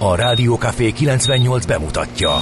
A Rádió Café 98 bemutatja.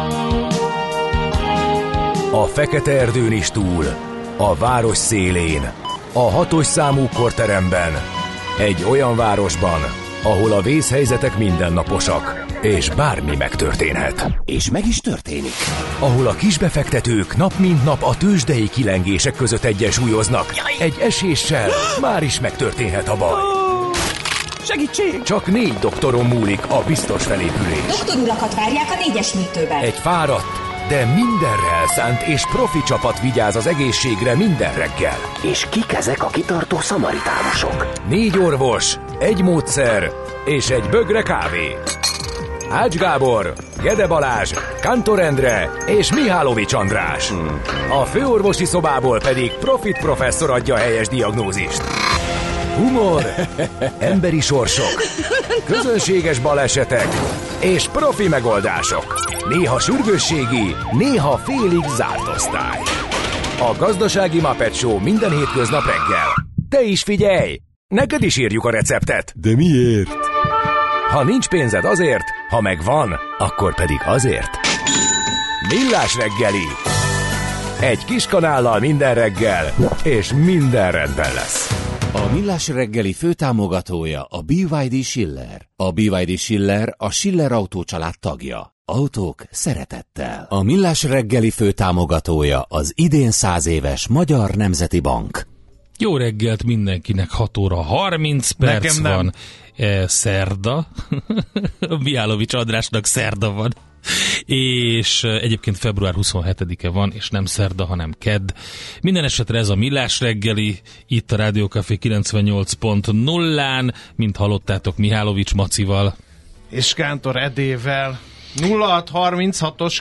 A fekete erdőn is túl, a város szélén, a 6-os számú korteremben, egy olyan városban, ahol a vészhelyzetek mindennaposak, és bármi megtörténhet. És meg is történik. Ahol a kisbefektetők nap mint nap a tőzsdei kilengések között egyensúlyoznak. Egy eséssel már is megtörténhet a baj. Segítség! Csak 4 doktoron múlik a biztos felépülés. Doktor urakat várják a 4-es műtőben. Egy fáradt, de mindenre elszánt és profi csapat vigyáz az egészségre minden reggel. És kik ezek a kitartó szamaritánusok? 4 orvos, egy módszer és egy bögre kávé. Ács Gábor, Gede Balázs, Kántor Endre és Mihálovics András. A főorvosi szobából pedig Profit professzor adja a helyes diagnózist. Humor, emberi sorsok, közönséges balesetek és profi megoldások. Néha sürgősségi, néha félig zárt osztály. A Gazdasági Muppet Show minden hétköznap reggel. Te is figyelj! Neked is írjuk a receptet. De miért? Ha nincs pénzed azért, ha megvan, akkor pedig azért. Millás reggeli. Egy kis kanállal minden reggel, és minden rendben lesz. A Millás reggeli főtámogatója a BYD Schiller. A BYD Schiller a Schiller Autó család tagja. Autók szeretettel. A Millás reggeli főtámogatója az idén 100 éves Magyar Nemzeti Bank. Jó reggelt mindenkinek, 6 óra 30 perc Nekem van. Szerda. Mihálovics Andrásnak szerda van. És egyébként február 27-e van, és nem szerda, hanem kedd. Minden esetre ez a Millás reggeli, itt a Rádió Café 98.0-án, mint hallottátok Mihálovics Macival. És Kántor Edével. 0636-os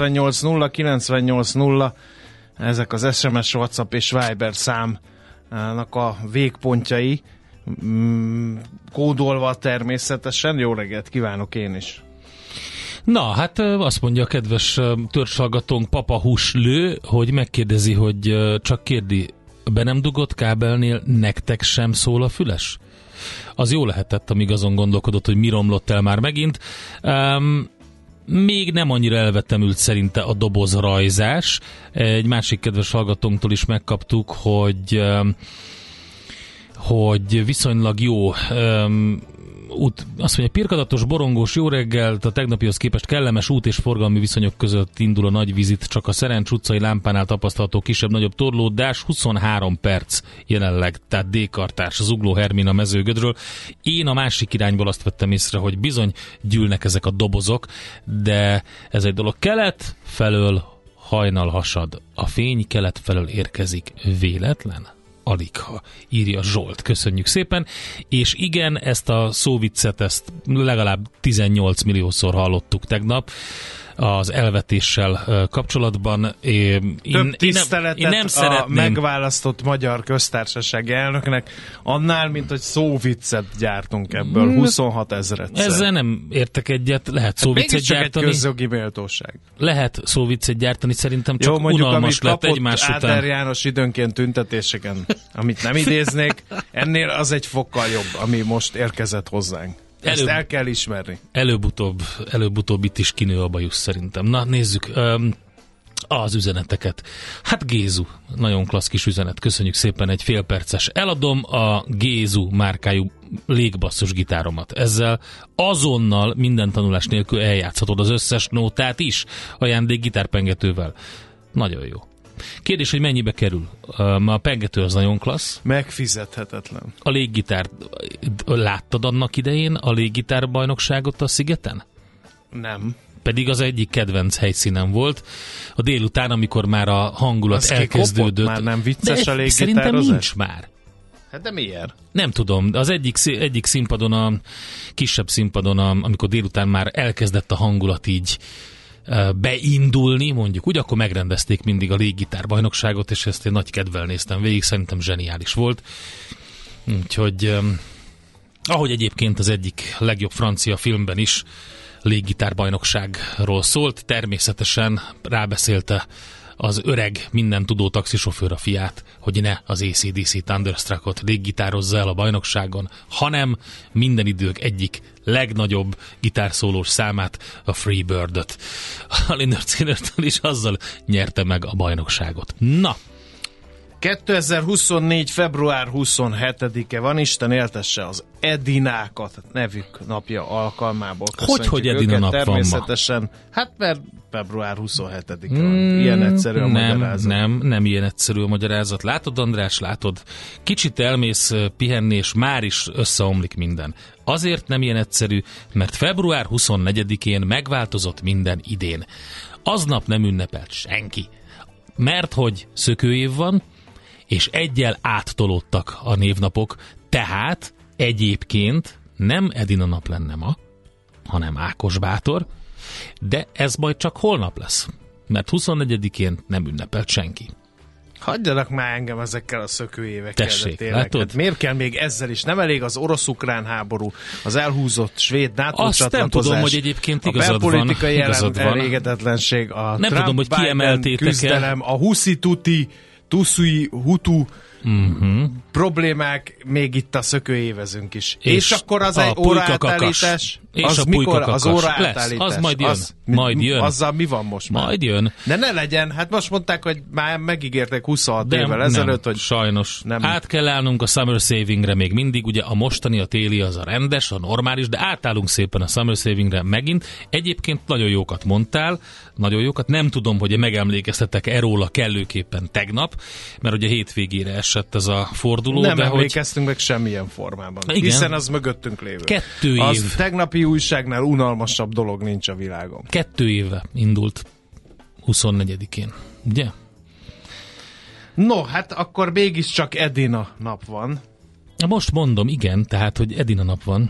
980980, ezek az SMS, WhatsApp és Viber számnak a végpontjai, kódolva természetesen. Jó reggelt kívánok én is! Na, hát azt mondja a kedves törzshallgatónk Papa Huslő, hogy megkérdezi, hogy csak kérdi, be nem dugott kábelnél nektek sem szól a füles? Az jó lehetett, amíg azon gondolkodott, hogy mi romlott el már megint. Még nem annyira elvetemült szerinte a dobozrajzás. Egy másik kedves hallgatónktól is megkaptuk, hogy viszonylag jó azt mondja, pirkadatos, borongós, jó reggelt, a tegnapihoz képest kellemes út és forgalmi viszonyok között indul a nagy vizit, csak a Szerencs utcai lámpánál tapasztalható kisebb-nagyobb torlódás, 23 perc jelenleg, tehát D-kartás, Zugló Hermina Mezőgödről. Én a másik irányból azt vettem észre, hogy bizony gyűlnek ezek a dobozok, de ez egy dolog. Kelet felől hajnal hasad, a fény kelet felől érkezik, véletlen? Aligha, írja Zsolt. Köszönjük szépen. És igen, ezt a szóviccet, ezt legalább 18 milliószor hallottuk tegnap az elvetéssel kapcsolatban. Több tiszteletet én nem szeretném megválasztott Magyar Köztársaság elnöknek, annál, mint hogy szóviccet gyártunk ebből 26 000-szer. Ezzel nem értek egyet, lehet szóviccet gyártani. Egy közjogi méltóság. Lehet szóviccet gyártani, szerintem csak jó, mondjuk, unalmas lett egymás Áder után. János időnként tüntetéseken, amit nem idéznék, ennél az egy fokkal jobb, ami most érkezett hozzánk. Ezt el kell ismerni. Előbb-utóbb itt is kinő a bajusz szerintem. Na, nézzük az üzeneteket. Hát Gézu, nagyon klassz kis üzenet. Köszönjük szépen, egy félperces. Eladom a Gézu márkájú légbasszus gitáromat. Ezzel azonnal minden tanulás nélkül eljátszhatod az összes nótát is ajándék gitárpengetővel. Nagyon jó. Kérdés, hogy mennyibe kerül? A pengető az nagyon klassz. Megfizethetetlen. A léggitár, láttad annak idején a léggitárbajnokságot a Szigeten? Nem. Pedig az egyik kedvenc helyszínen volt. A délután, amikor már a hangulat az elkezdődött. Már nem vicces a léggitározás? Szerintem nincs már. Hát de miért? Nem tudom, az egyik színpadon, a kisebb színpadon, amikor délután már elkezdett a hangulat így beindulni, mondjuk úgy, akkor megrendezték mindig a léggitárbajnokságot, és ezt én nagy kedvel néztem végig, szerintem zseniális volt. Úgyhogy ahogy egyébként az egyik legjobb francia filmben is léggitárbajnokságról szólt, természetesen rábeszélte az öreg, minden tudó taxisofőr a fiát, hogy ne az AC/DC Thunderstruckot léggitározza el a bajnokságon, hanem minden idők egyik legnagyobb gitárszólós számát, a Freebird-öt. A Lynyrd Skynyrd-től is azzal nyerte meg a bajnokságot. Na! 2024. február 27-e van, Isten éltesse az Edinákat nevük napja alkalmából. Hogy Edina nap természetesen, van ma? Hát mert február 27-e van. Ilyen egyszerű a magyarázat. Nem ilyen egyszerű a magyarázat. Látod, András, látod? Kicsit elmész pihenni, és már is összeomlik minden. Azért nem ilyen egyszerű, mert február 24-én megváltozott minden idén. Aznap nem ünnepelt senki. Mert hogy szökőév van, és egyel áttolódtak a névnapok, tehát egyébként nem Edina nap lenne ma, hanem Ákos bátor, de ez majd csak holnap lesz, mert 24-én nem ünnepelt senki. Hagyjanak már engem ezekkel a szökőévekkel. Tessék, tényleg. Hát miért kell még ezzel is? Nem elég az orosz-ukrán háború, az elhúzott svéd NATO azt csatlakozás. Azt nem tudom, hogy egyébként igazad van. A belpolitikai elégedetlenség, a nem tudom, hogy kiemeltétek küzdelem, a Huszi-Tuti, Hutu problémák, még itt a szökőévezünk is. És akkor az egy óraátállítás. És az a mikor az óraátállítás? Az majd jön. Majd jön. Azzal mi van most már? Majd jön. De ne legyen, hát most mondták, hogy már megígérték 26 évvel ezelőtt, hogy sajnos. Nem. Át kell állnunk a summer savingre még mindig, ugye a mostani, a téli az a rendes, a normális, de átállunk szépen a summer savingre megint. Egyébként nagyon jókat mondtál, nagyon jókat. Nem tudom, hogy megemlékeztetek róla kellőképpen tegnap, mert ugye hétvégére esett ez a forduló. Nem de emlékeztünk meg semmilyen formában. Igen. Hiszen az mögöttünk lévő. 2 év. Az tegnapi újságnál unalmasabb dolog nincs a világon. 2 éve indult 24-én, ugye? No, hát akkor mégiscsak Edina nap van. Most mondom, igen, tehát, hogy Edina nap van.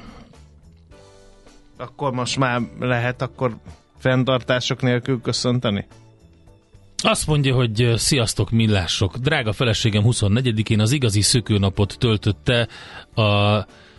Akkor most már lehet akkor fenntartások nélkül köszönteni? Azt mondja, hogy sziasztok, millások. Drága feleségem 24-én az igazi szökőnapot töltötte a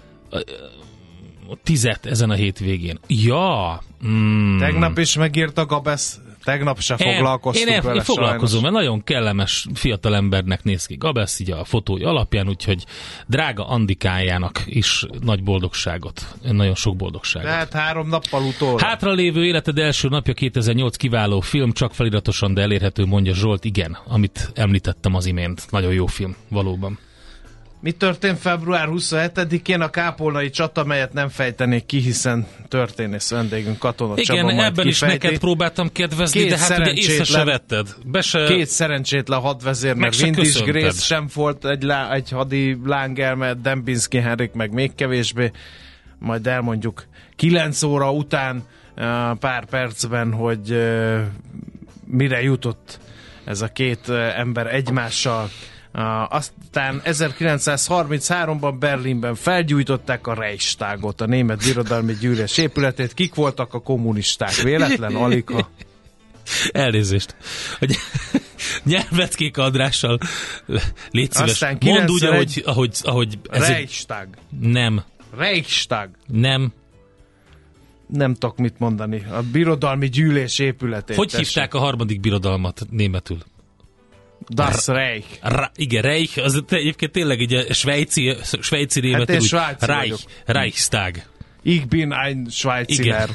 10 ezen a hétvégén. Ja! Tegnap is megírta Gabesz, tegnap se foglalkoztunk vele. Én foglalkozom, mert nagyon kellemes fiatalembernek néz ki Gabesz, így a fotói alapján, úgyhogy drága Andikájának is nagy boldogságot, nagyon sok boldogságot. Tehát 3 nappal utól. Hátralévő életed első napja 2008 kiváló film, csak feliratosan, de elérhető, mondja Zsolt. Igen, amit említettem az imént. Nagyon jó film, valóban. Mi történt február 27-én? A kápolnai csata, melyet nem fejtenék ki, hiszen történész vendégünk Katona Csaba majd ebben kifejti. is neked próbáltam kedvezni, de hát ugye észre se vetted. Két szerencsétlen hadvezér, meg Windis Grace sem volt egy hadi lángelme, Dembinski Henrik meg még kevésbé. Majd elmondjuk 9 óra után pár percben, hogy mire jutott ez a két ember egymással. Aztán 1933-ban Berlinben felgyújtották a Reichstagot, a német birodalmi gyűlés épületét. Kik voltak a kommunisták? Véletlen, Alika? Elnézést. Hogy nyelveckék Andrással légy szíves. Mondd úgy, ahogy ez Reichstag. Nem. Reichstag. Nem. Nem tudok mit mondani. A birodalmi gyűlés épületét. Hogy hívták a harmadik birodalmat németül? Das Reich. Igen, Reich, az egyébként tényleg így a svájci németül úgy Reichstag. Ich bin ein Schweizer.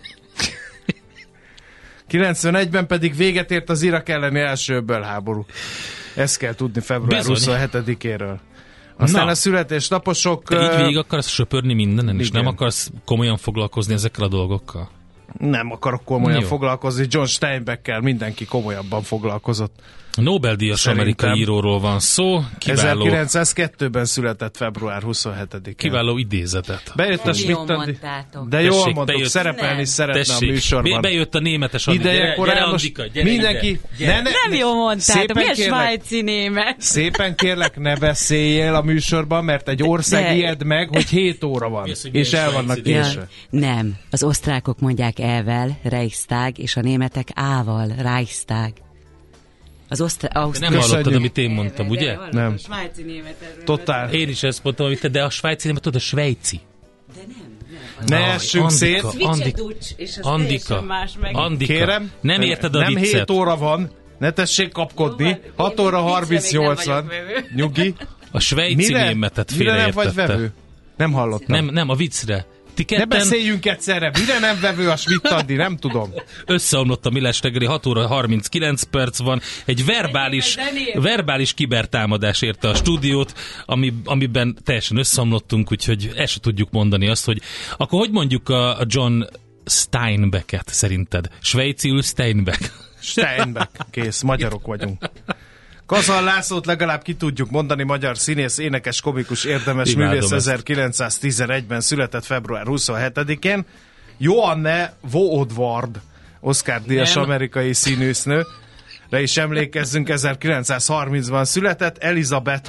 91-ben pedig véget ért az Irak elleni első öbölháború. Ezt kell tudni február 27-éről. Aztán a születésnaposok... Te így végig akarsz söpörni mindenen, és nem akarsz komolyan foglalkozni ezekkel a dolgokkal? Nem akarok komolyan foglalkozni. John Steinbeckkel mindenki komolyabban foglalkozott. Nobel-díjas amerikai íróról van szó. Kiváló, 1902-ben született február 27-én. Kiváló idézetet. Bejött a Schmidt-Andi. De jól mondtuk, szerepelni szeretne a műsorban. Bejött a németes Andi. Ideje korán most mindenki... Nem jól mondtátok, mi a svájci német? Szépen kérlek, ne beszéljél a műsorban, mert egy ország ijed meg, hogy 7 óra van, és el vannak késve. Nem, az osztrákok mondják E-vel, Reichstag, és a németek A-val, Reichstag. Nem hallottad, amit én mondtam, ugye? Nem. A svájci német. Totál. Én is ezt mondtam, amit te, de a svájci német, tudod, a svájci. De nem. Ne essünk szét. Andika. Kérem, nem érted a nem viccet. 7 óra van, Ne tessék kapkodni. 6 óra 38 van. Nyugi. A svájci németet félreértette. Nem hallottam. Nem, a viccre. Ne beszéljünk egyszerre. Mire nem vevő a Schmidt Andi? Nem tudom. Összeomlott a Millás reggeli, 6 óra 39 perc van. Egy verbális kibertámadás érte a stúdiót, amiben teljesen összeomlottunk, úgyhogy el se tudjuk mondani azt, hogy akkor hogy mondjuk a John Steinbecket szerinted? Svájciul Steinbeck. Steinbeck. Kész, magyarok vagyunk. Kazan Lászlót legalább ki tudjuk mondani, magyar színész, énekes, komikus, érdemes művész, 1911-ben született február 27-én. Joanne Woodward, Oscar-díjas amerikai színésznő, de is emlékezzünk, 1930-ban született. Elizabeth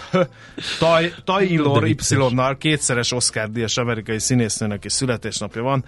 Taylor Y-nal, kétszeres Oscar-díjas amerikai színésznőnek is születésnapja van.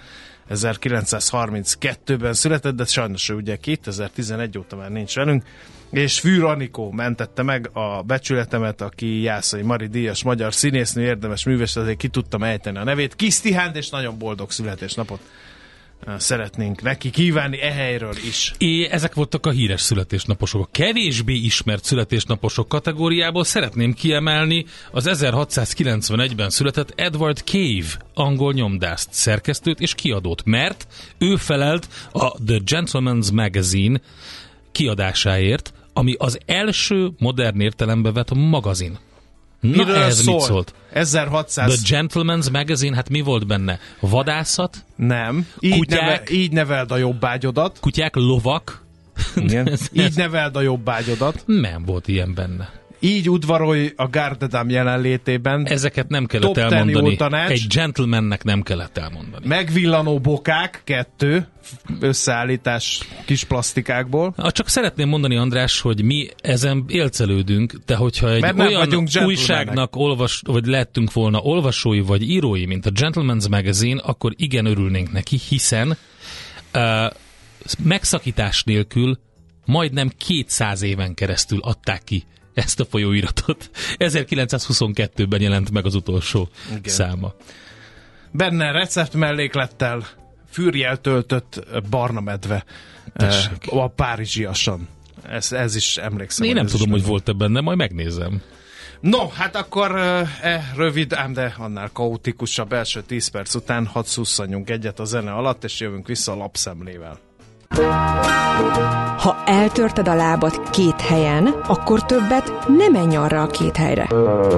1932-ben született, de sajnos ő ugye 2011 óta már nincs velünk. És Fűr Anikó mentette meg a becsületemet, aki Jászai Mari díjas magyar színésznő, érdemes művész, azért ki tudtam ejteni a nevét. Kis Tihánt, és nagyon boldog születésnapot szeretnénk neki kívánni helyről is. Ezek voltak a híres születésnaposok. A kevésbé ismert születésnaposok kategóriából szeretném kiemelni az 1691-ben született Edward Cave, angol nyomdászt, szerkesztőt és kiadót, mert ő felelt a The Gentleman's Magazine kiadásáért, ami az első modern értelembe vett magazin. Miről ez mit szólt? 1600... The Gentleman's Magazine, hát mi volt benne? Vadászat? Nem. Így neveld a jobbágyodat. Kutyák, lovak? Igen. Így neveld a jobbágyodat. Nem volt ilyen benne. Így udvarolj a Gardedam jelenlétében. Ezeket nem kellett elmondani. Egy gentlemannek nem kellett elmondani. Megvillanó bokák, 2 összeállítás kis plastikákból. Csak szeretném mondani, András, hogy mi ezen élcelődünk, de hogyha egy olyan újságnak vagy lettünk volna olvasói vagy írói, mint a Gentleman's Magazine, akkor igen örülnénk neki, hiszen megszakítás nélkül majdnem 200 éven keresztül adták ki ezt a folyóiratot. 1922-ben jelent meg az utolsó száma. Benne recept melléklettel fűrjel töltött barna medve. A párizsiasan. Ez is emlékszem. Én nem tudom, hogy volt-e benne, majd megnézem. No, hát akkor rövid, ám de annál kaotikusabb első 10 perc után hadd szusszanjunk egyet a zene alatt, és jövünk vissza a lapszemlével. Ha eltörted a lábad 2 helyen, akkor többet ne menj arra a 2 helyre.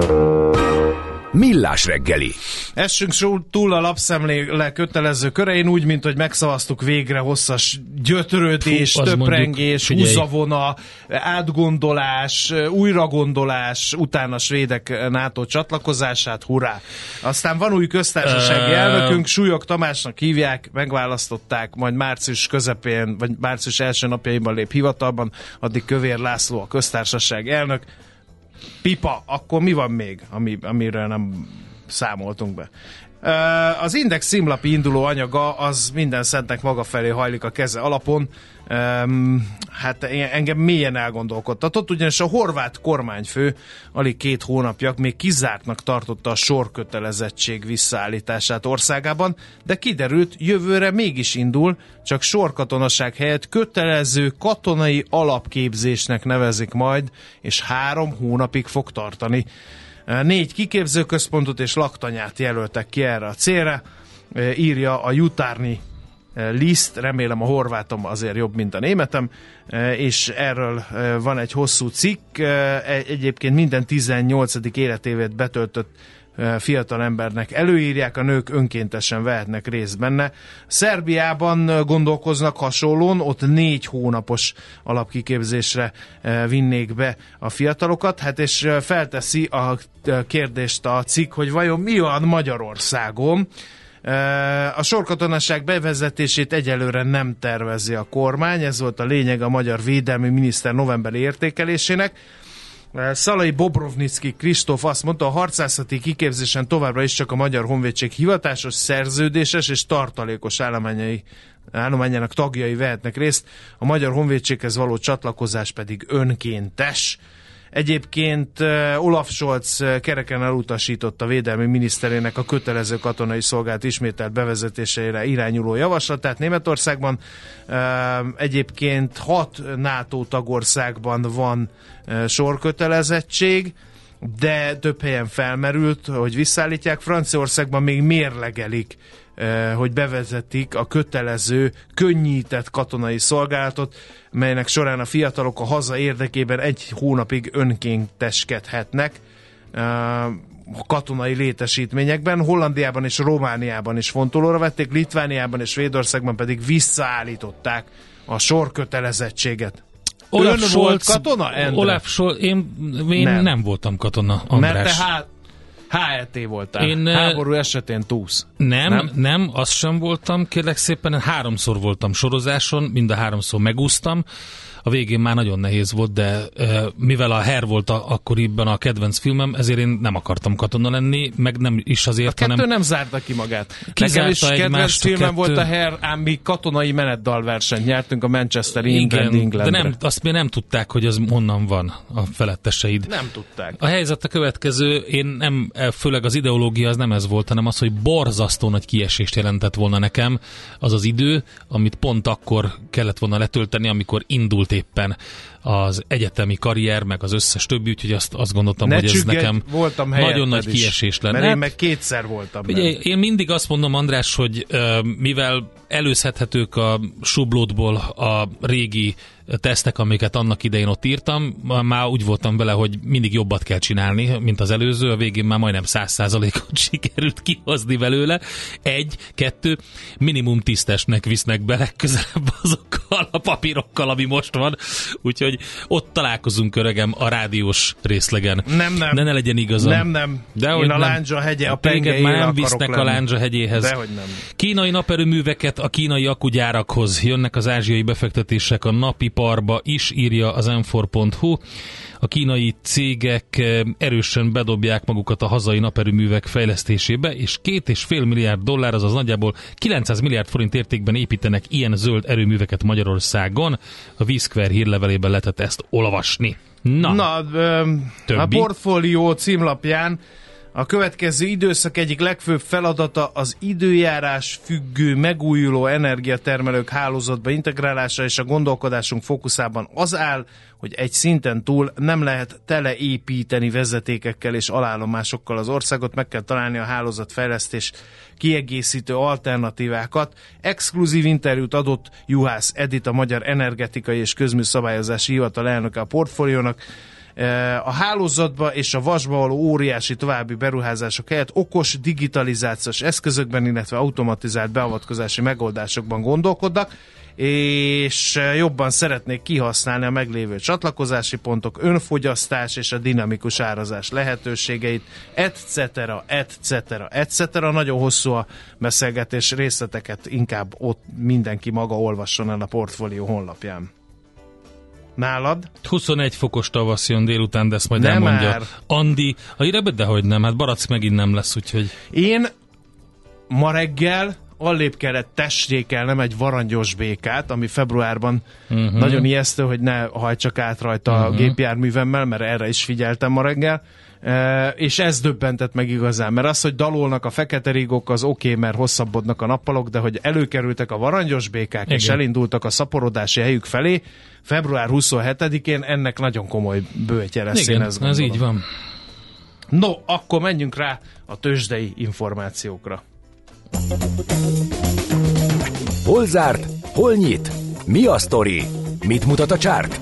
Millás reggeli. Essünk túl a lapszemléle kötelező körein, úgy, mint hogy megszavaztuk végre hosszas gyötrődés, töprengés, húzavona, átgondolás, újragondolás, utána svédek NATO csatlakozását, hurrá! Aztán van új köztársasági elnökünk, Súlyog Tamásnak hívják, megválasztották, majd március közepén, vagy március első napjaiban lép hivatalban, addig Kövér László a köztársaság elnök. Pipa, akkor mi van még, amiről nem számoltunk be? Az Index címlapi induló anyaga az minden szentnek maga felé hajlik a keze alapon. Hát engem mélyen elgondolkodtatott, ugyanis a horvát kormányfő alig 2 hónapja még kizártnak tartotta a sorkötelezettség visszaállítását országában, de kiderült, jövőre mégis indul, csak sorkatonaság helyett kötelező katonai alapképzésnek nevezik majd, és 3 hónapig fog tartani. 4 kiképzőközpontot és laktanyát jelöltek ki erre a célra, írja a Jutarnyi List, remélem a horvátom azért jobb, mint a németem, és erről van egy hosszú cikk, egyébként minden 18. életévét betöltött fiatal embernek előírják, a nők önkéntesen vehetnek részt benne. Szerbiában gondolkoznak hasonlóan, ott 4 hónapos alapkiképzésre vinnék be a fiatalokat, hát és felteszi a kérdést a cikk, hogy vajon mi van Magyarországon. A sorkatonaság bevezetését egyelőre nem tervezi a kormány, ez volt a lényeg a magyar védelmi miniszter novemberi értékelésének. Szalai Bobrovnicki Kristóf azt mondta, a harcászati kiképzésen továbbra is csak a Magyar Honvédség hivatásos, szerződéses és tartalékos állományának tagjai vehetnek részt, a Magyar Honvédséghez való csatlakozás pedig önkéntes. Egyébként Olaf Scholz kereken elutasította védelmi miniszterének a kötelező katonai szolgálat ismételt bevezetésére irányuló javaslatát Németországban. Egyébként 6 NATO tagországban van sorkötelezettség, de több helyen felmerült, hogy visszaállítják. Franciaországban még mérlegelik, hogy bevezetik a kötelező, könnyített katonai szolgálatot, melynek során a fiatalok a haza érdekében 1 hónapig önkénteskedhetnek katonai létesítményekben. Hollandiában és Romániában is fontolóra vették, Litvániában és Svédországban pedig visszaállították a sorkötelezettséget. Olaf Ön Scholz, volt katona, Endre? Olaf Scholz, én nem voltam katona, András. Mert te HET voltál. Háború esetén túsz. Nem, azt sem voltam, kérlek szépen, 3-szor voltam sorozáson, mind a 3-szor megúsztam. A végén már nagyon nehéz volt, de mivel a Her volt akkoriban a kedvenc filmem, ezért én nem akartam katona lenni, meg nem is azért, hanem... A kettő nem zárta ki magát. Nekem is kedvenc filmem volt a Her, ám mi katonai menetdalversenyt nyertünk a Manchester Englandre. De nem, azt még nem tudták, hogy az honnan van a feletteseid. Nem tudták. A helyzet a következő, én nem, főleg az ideológia az nem ez volt, hanem az, hogy borzasztó nagy kiesést jelentett volna nekem az az idő, amit pont akkor kellett volna letölteni, amikor indult éppen az egyetemi karrier, meg az összes többi, úgyhogy azt gondoltam, hogy ez nekem nagyon nagy kiesés lenne. Mert én meg 2-szer voltam. Ugye, én mindig azt mondom, András, hogy mivel előszedhetők a sublótból a régi tesztek, amiket annak idején ott írtam, már úgy voltam vele, hogy mindig jobbat kell csinálni, mint az előző, a végén már majdnem 100%-ot sikerült kihozni belőle. 1, 2, minimum 10 testnek visznek be legközelebb azokkal a papírokkal, ami most van, úgyhogy ott találkozunk, öregem, a rádiós részlegen. Nem. De ne legyen igazam. Nem. Én a Lándzsa hegye, a pengeire már nem akarok visznek lenni. a Lándzsa hegyéhez. Dehogy nem. Kínai naperőműveket a kínai akugyárakhoz. Jönnek az ázsiai befektetések a napiparba is, írja az m4.hu. A kínai cégek erősen bedobják magukat a hazai naperőművek fejlesztésébe, és $2,5 milliárd, azaz nagyjából 900 milliárd forint értékben építenek ilyen zöld erőműveket Magyarországon. A V-Square hírlevelében lehetett ezt olvasni. A portfólió címlapján a következő időszak egyik legfőbb feladata az időjárás függő megújuló energiatermelők hálózatba integrálása, és a gondolkodásunk fókuszában az áll, hogy egy szinten túl nem lehet teleépíteni vezetékekkel és alállomásokkal az országot, meg kell találni a hálózatfejlesztés kiegészítő alternatívákat. Exkluzív interjút adott Juhász Edit, a Magyar Energetikai és Közműszabályozási Hivatal elnöke a portfóliónak. A hálózatba és a vasba való óriási további beruházások helyett okos digitalizációs eszközökben, illetve automatizált beavatkozási megoldásokban gondolkodnak, és jobban szeretnék kihasználni a meglévő csatlakozási pontok, önfogyasztás és a dinamikus árazás lehetőségeit, etc. Nagyon hosszú a beszélgetés, részleteket inkább ott mindenki maga olvasson el a portfólió honlapján. Nálad? 21 fokos tavasz jön délután, de ezt majd nem elmondja már Andi. A hírebben, dehogy nem, hát Barack megint nem lesz, úgyhogy... Én ma reggel allébb kellett tessékelnem egy varangyos békát, ami februárban nagyon ijesztő, hogy ne hajtsak át rajta a gépjárművemmel, mert erre is figyeltem ma reggel. És ez döbbentett meg igazán, mert az, hogy dalolnak a fekete rigók, az oké, mert hosszabbodnak a nappalok, de hogy előkerültek a varangyos békák, igen, és elindultak a szaporodási helyük felé, február 27-én ennek nagyon komoly bőtje lesz. Igen, ez így van. No, akkor menjünk rá a tőzsdei információkra. Hol zárt? Hol nyit? Mi a sztori? Mit mutat a csárt?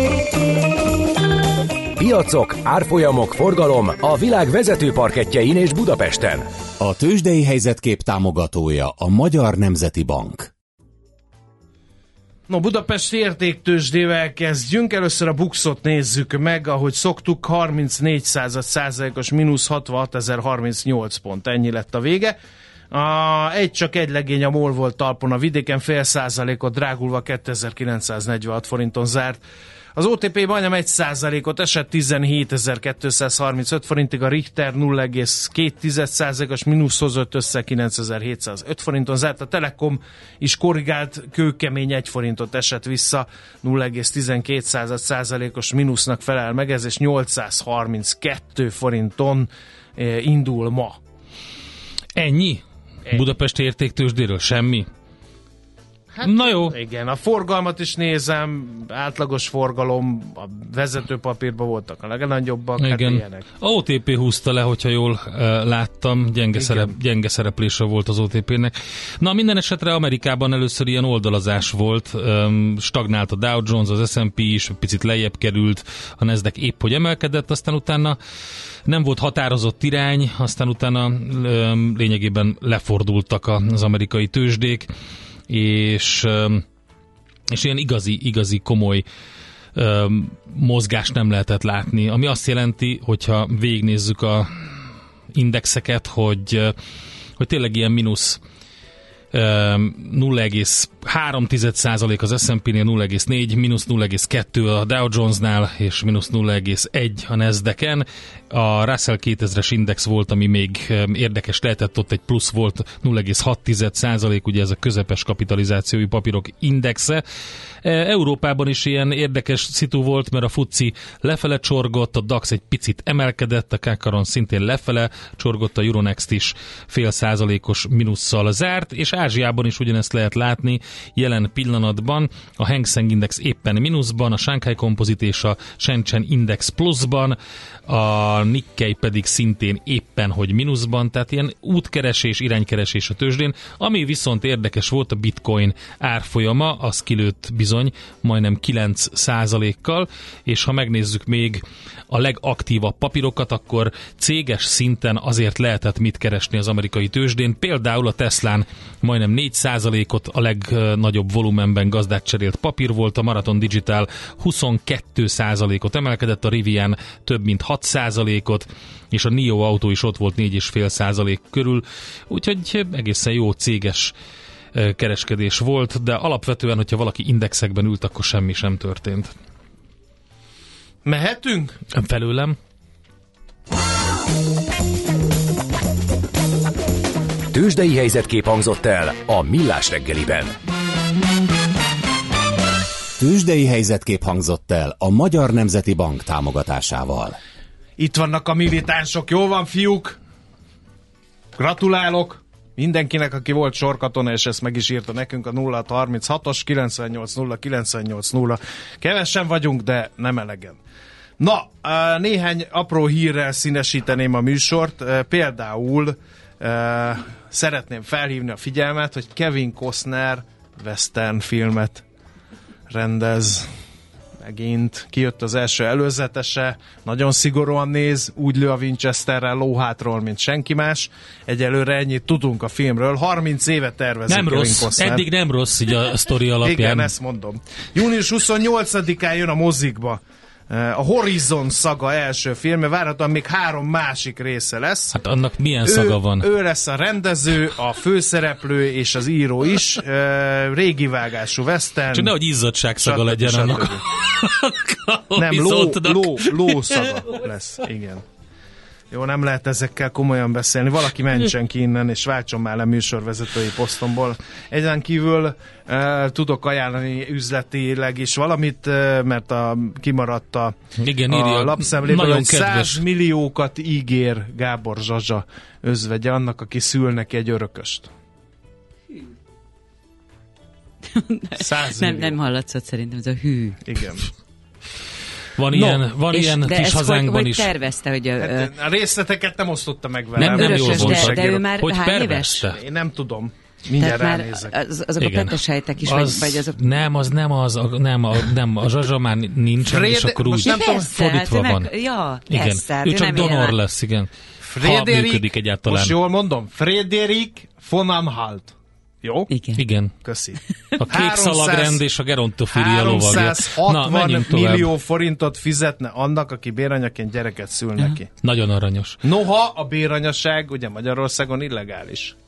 Piacok, árfolyamok, forgalom a világ vezető parkettjein és Budapesten. A tőzsdei helyzetkép támogatója a Magyar Nemzeti Bank. No, Budapesti értéktőzsdével kezdjünk. Először a Buxot nézzük meg, ahogy szoktuk, 34%-os mínusz 66.038 pont. Ennyi lett a vége. Csak egy legény a MOL volt talpon a vidéken, 0,5%-ot drágulva 2946 forinton zárt. Az OTP majdnem 1%-ot esett, 17.235 forintig, a Richter 0,2%-os mínusz hozott össze, 9.705 forinton zárt, a Telekom is korrigált, kőkemény 1 forintot esett vissza, 0,12%-os mínusznak felel meg ez, és 832 forinton indul ma. Ennyi? Budapesti értéktőzsdéről semmi? Hát, na jó. Igen, a forgalmat is nézem, átlagos forgalom, a vezetőpapírban voltak a legnagyobbak, hát ilyenek. A OTP húzta le, hogyha jól láttam, gyenge szereplése volt az OTP-nek. Na, minden esetre Amerikában először ilyen oldalazás volt, stagnált a Dow Jones, az S&P is, picit lejjebb került, a Nasdaq épp hogy emelkedett, aztán utána nem volt határozott irány, aztán utána lényegében lefordultak az amerikai tőzsdék, és ilyen igazi komoly mozgást nem lehetett látni, ami azt jelenti, hogyha végignézzük a indexeket, hogy tényleg ilyen mínusz 0,3% az S&P-nél, 0,4, mínusz 0,2 a Dow Jones-nál, és mínusz 0,1 a Nasdaq-en. A Russell 2000-es index volt, ami még érdekes lehetett, ott egy plusz volt 0,6%, ugye ez a közepes kapitalizációi papírok indexe. Európában is ilyen érdekes szitu volt, mert a FTSE lefele csorgott, a DAX egy picit emelkedett, a Kakaron szintén lefele csorgott, a Euronext is 0,5%-os mínusszal zárt, és Ázsiában is ugyanezt lehet látni jelen pillanatban. A Hang Seng Index éppen mínuszban, a Shanghai Composite és a Shenzhen Index pluszban, a Nikkei pedig szintén éppen, hogy mínuszban, tehát ilyen útkeresés, iránykeresés a tőzsdén. Ami viszont érdekes volt, a Bitcoin árfolyama, az kilőtt bizony majdnem 9%-kal, és ha megnézzük még a legaktívabb papírokat, akkor céges szinten azért lehetett mit keresni az amerikai tőzsdén. Például a Teslán majdnem 4%-ot, a legnagyobb volumenben gazdát cserélt papír volt, a Marathon Digital 22%-ot emelkedett, a Rivian több mint 6%-ot, és a NIO autó is ott volt 4,5% körül, úgyhogy egészen jó céges kereskedés volt, de alapvetően, hogyha valaki indexekben ült, akkor semmi sem történt. Mehetünk? Felőlem. Tőzsdei helyzetkép hangzott el a Millás reggeliben. Tőzsdei helyzetkép hangzott el a Magyar Nemzeti Bank támogatásával. Itt vannak a militánsok, jól van, fiúk? Gratulálok mindenkinek, aki volt sorkatona, és ezt meg is írta nekünk a 0636-os 980980. Kevesen vagyunk, de nem elegen. Na, néhány apró hírrel színesíteném a műsort. Például szeretném felhívni a figyelmet, hogy Kevin Costner western filmet rendez. Megint kijött az első előzetese, nagyon szigorúan néz, úgy lő a Winchesterrel lóhátról, mint senki más. Egyelőre ennyit tudunk a filmről. 30 éve tervezik nem Kevin rossz, Costner. eddig nem rossz így a sztori alapján. Igen, ezt mondom. Június 28-án jön a mozikba a Horizon szaga első filmje, várhatóan még 3 másik része lesz. Hát annak milyen szaga van? Ő lesz a rendező, a főszereplő és az író is. Régi vágású western. Csak nehogy izzadság szaga legyen annak. Nem, ló szaga lesz, igen. Jó, nem lehet ezekkel komolyan beszélni. Valaki mentsen ki innen, és váltson már le műsorvezetői posztomból. Ezen kívül tudok ajánlani üzletileg is valamit, mert kimaradt a lapszemléből, hogy 100 milliókat ígér Gábor Zsazsa özvegye annak, aki szül neki egy örököst. 100 millió. Nem hallatszott szerintem, ez a hű. Igen. Van ilyen kis hazánkban is. De tervezte, hogy a részleteket nem osztotta meg velem. Nem jól volt. De ő már hogy hány éves? Én nem tudom. Mindjárt ránézek. Azok igen. A petesejtek is, vagy azok... Nem, a Zsazsa már nincsen, és akkor úgy fordítva van. Ja, igen. persze. Ő csak donor lesz, igen. Ha működik egyáltalán. Most jól mondom, Frédéric von Anhalt. Jó? Igen. Köszi. A kék szalagrend és a gerontofília lovagja. 360 millió forintot fizetne annak, aki béranyaként gyereket szül neki. Nagyon aranyos. Noha a béranyaság ugye Magyarországon illegális.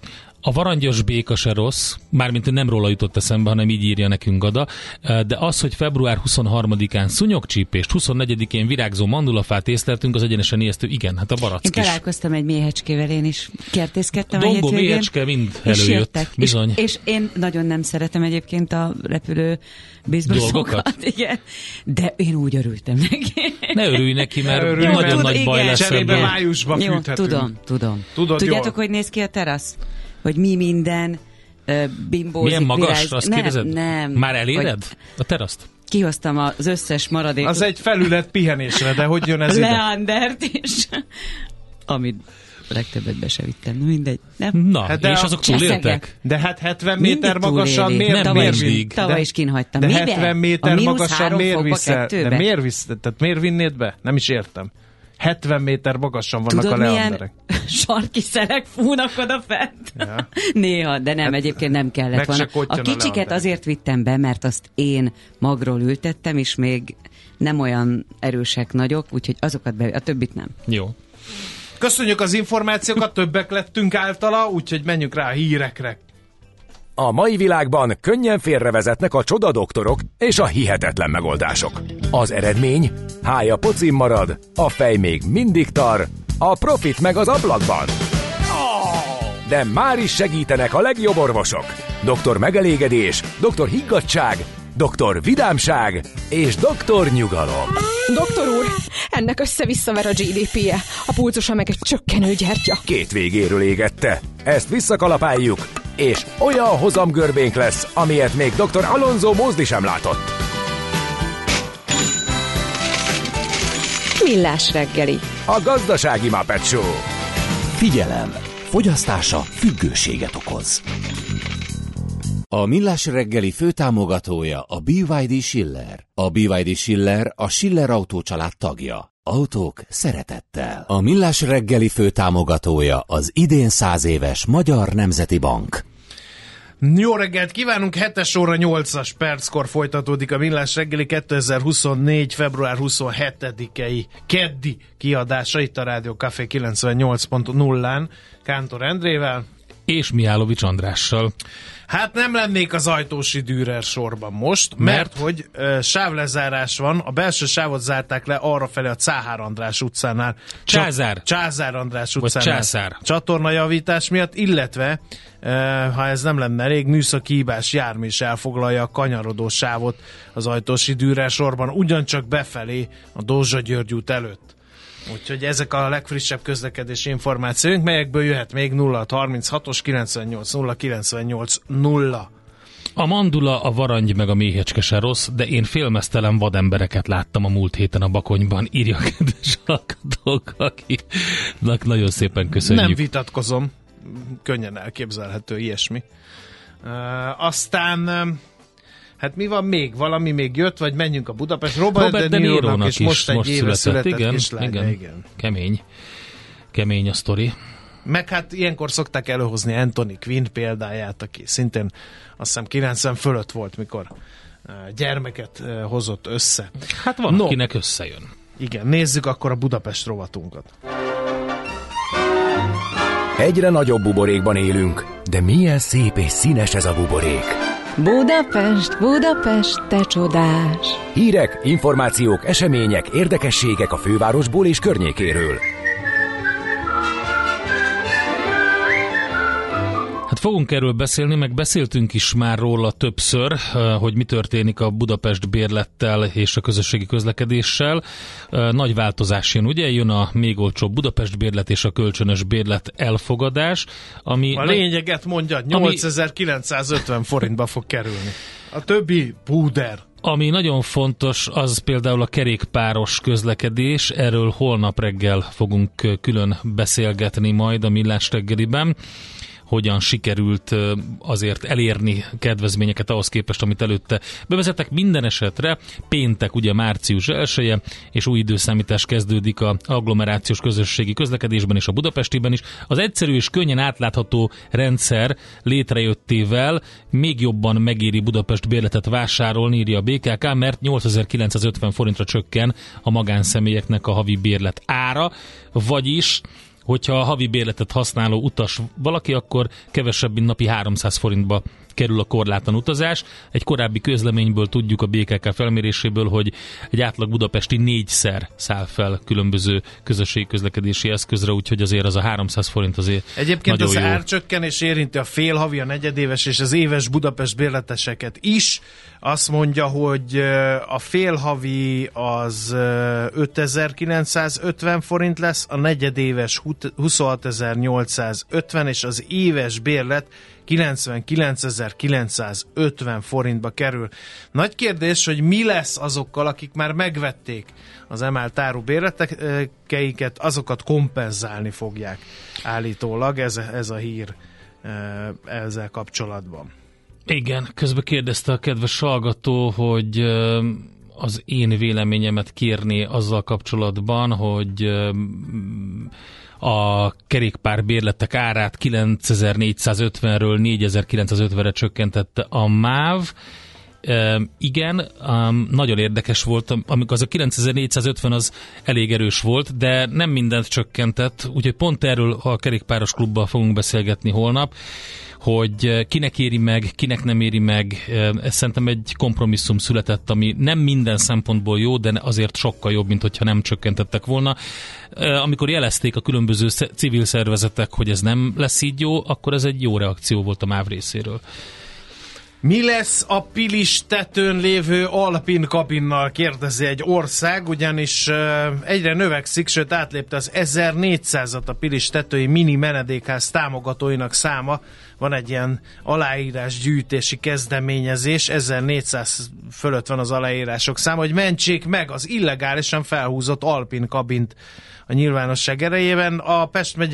A varangyos béka se rossz, mármint nem róla jutott eszembe, hanem így írja nekünk Gada, de az, hogy február 23-án szúnyogcsípést, 24-én virágzó mandulafát észleltünk, az egyenesen ijesztő. Igen, hát a barack is. Én találkoztam egy méhecskével, én is kertészkedtem a hétvégén. Dongó, méhecske mind előjött. Bizony. És én nagyon nem szeretem egyébként a repülő bizbuszokat. Igen. De én úgy örültem neki. Ne örülj neki, mert nagyon nagy baj lesz. Cserébe májusba fűthetünk. Tudom. Tudjátok, hogy néz ki a terasz? Hogy mi minden bimbózik. Milyen magas? Azt kérdezed? Nem. Már eléred a teraszt? Kihoztam az összes maradékot. Az egy felület pihenésre, de hogy jön ez ide? Leandert is. Amit legtöbbet be se vittem. Mindegy. Nem? Na, hát és azok túléltek? De hát 70 méter magasan miért vinnéd? Tavaly is kinhagytam. De 70 méter magasan miért viszel? De miért vinnéd be? Nem is értem. 70 méter magasan vannak a leanderek. Sarki szelek fúnak oda fent? Ja. Néha, de nem, egyébként nem kellett volna. A kicsiket azért vittem be, mert azt én magról ültettem, és még nem olyan erősek, nagyok, úgyhogy azokat a többit nem. Jó. Köszönjük az információkat, többek lettünk általa, úgyhogy menjünk rá a hírekre. A mai világban könnyen félrevezetnek a csodadoktorok és a hihetetlen megoldások. Az eredmény? Hája pocim marad, a fej még mindig tar, a profit meg az ablakban. De már is segítenek a legjobb orvosok. Doktor megelégedés, doktor higgadtság, doktor vidámság és doktor nyugalom. Doktor úr, ennek össze-visszaver a GDP-je, a pulzusa meg egy csökkenő gyertya. Két végéről égette. Ezt visszakalapáljuk, és olyan hozamgörbénk lesz, amilyet még dr. Alonso Mózdi sem látott. Millás reggeli. A gazdasági Muppet Show. Figyelem! Fogyasztása függőséget okoz. A Millás reggeli főtámogatója a BYD Schiller. A BYD Schiller a Schiller Autó család tagja. Autók szeretettel. A Millás reggeli főtámogatója az idén 100 éves Magyar Nemzeti Bank. Jó reggelt kívánunk, 7 óra 8 perckor folytatódik a Millás reggeli 2024. február 27-i keddi kiadása itt a Rádió Café 98.0-án Kántor Endrével és Mihálovics Andrással. Hát nem lennék az Ajtósi Dürer sorban most, mert hogy sávlezárás van, a belső sávot zárták le arrafelé a Császár András utcánál. Császár András utcánál. Császár. Csatornajavítás miatt, illetve ha ez nem lenne elég, műszaki hibás jármű is elfoglalja a kanyarodó sávot az Ajtósi Dürer sorban, ugyancsak befelé a Dózsa György út előtt. Úgyhogy ezek a legfrissebb közlekedési információink, melyekből jöhet még 0636-os 980980. A mandula, a varangy meg a méhecske se rossz, de én félmeztelen vadembereket láttam a múlt héten a Bakonyban, írja a kedves hallgatók, akiknek nagyon szépen köszönjük. Nem vitatkozom, könnyen elképzelhető ilyesmi. Aztán... Hát mi van még? Valami még jött, vagy menjünk a Budapest? Robert De Nirónak is most egy éve született kislánya. Igen. Kemény a sztori. Meg hát ilyenkor szokták előhozni Anthony Quinn példáját, aki szintén azt hiszem 90 fölött volt, mikor gyermeket hozott össze. Hát van, akinek összejön. Igen, nézzük akkor a Budapest rovatunkat. Egyre nagyobb buborékban élünk, de milyen szép és színes ez a buborék. Budapest, Budapest, te csodás! Hírek, információk, események, érdekességek a fővárosból és környékéről. Hát fogunk erről beszélni, meg beszéltünk is már róla többször, hogy mi történik a Budapest bérlettel és a közösségi közlekedéssel. Nagy változás jön, ugye? Jön a még olcsóbb Budapest bérlet és a kölcsönös bérlet elfogadás, ami... A lényeget mondja, 8950 forintba fog kerülni. A többi púder. Ami nagyon fontos, az például a kerékpáros közlekedés. Erről holnap reggel fogunk külön beszélgetni majd a Millás reggeliben. Hogyan sikerült azért elérni kedvezményeket ahhoz képest, amit előtte bevezettek. Minden esetre péntek, ugye március 1-e, és új időszámítás kezdődik a agglomerációs közösségi közlekedésben és a budapestiben is. Az egyszerű és könnyen átlátható rendszer létrejöttével még jobban megéri Budapest bérletet vásárolni, írja a BKK, mert 8950 forintra csökken a magánszemélyeknek a havi bérlet ára, vagyis hogyha a havi bérletet használó utas valaki, akkor kevesebb, mint napi 300 forintba kerül a korlátlan utazás. Egy korábbi közleményből tudjuk a BKK felméréséből, hogy egy átlag budapesti 4-szer száll fel különböző közösségi közlekedési eszközre, úgyhogy azért az a 300 forint azért egyébként nagyon az jó. Árcsökkenés érinti a félhavi, a negyedéves és az éves Budapest bérleteseket is. Azt mondja, hogy a félhavi az 5950 forint lesz, a negyedéves 26850, és az éves bérlet 99.950 forintba kerül. Nagy kérdés, hogy mi lesz azokkal, akik már megvették az emelt áru bérleteiket, azokat kompenzálni fogják állítólag, ez a hír ezzel kapcsolatban. Igen, közben kérdezte a kedves hallgató, hogy az én véleményemet kérné azzal kapcsolatban, hogy a kerékpár bérletek árát 9450-ről 4950-re csökkentette a MÁV. Igen, nagyon érdekes volt, amikor az a 9450 az elég erős volt, de nem mindent csökkentett, úgyhogy pont erről a kerékpáros klubban fogunk beszélgetni holnap, hogy kinek éri meg, kinek nem éri meg. Ez szerintem egy kompromisszum született, ami nem minden szempontból jó, de azért sokkal jobb, mint hogyha nem csökkentettek volna. Amikor jelezték a különböző civil szervezetek, hogy ez nem lesz így jó, akkor ez egy jó reakció volt a MÁV részéről. Mi lesz a Pilis tetőn lévő alpin kabinnal, kérdezi egy ország, ugyanis egyre növekszik, sőt átlépte az 1400-at a Pilis tetői mini menedékház támogatóinak száma. Van egy ilyen aláírásgyűjtési kezdeményezés, 1400 fölött van az aláírások száma, hogy mentsék meg az illegálisan felhúzott alpin kabint a nyilvánosság erejében. A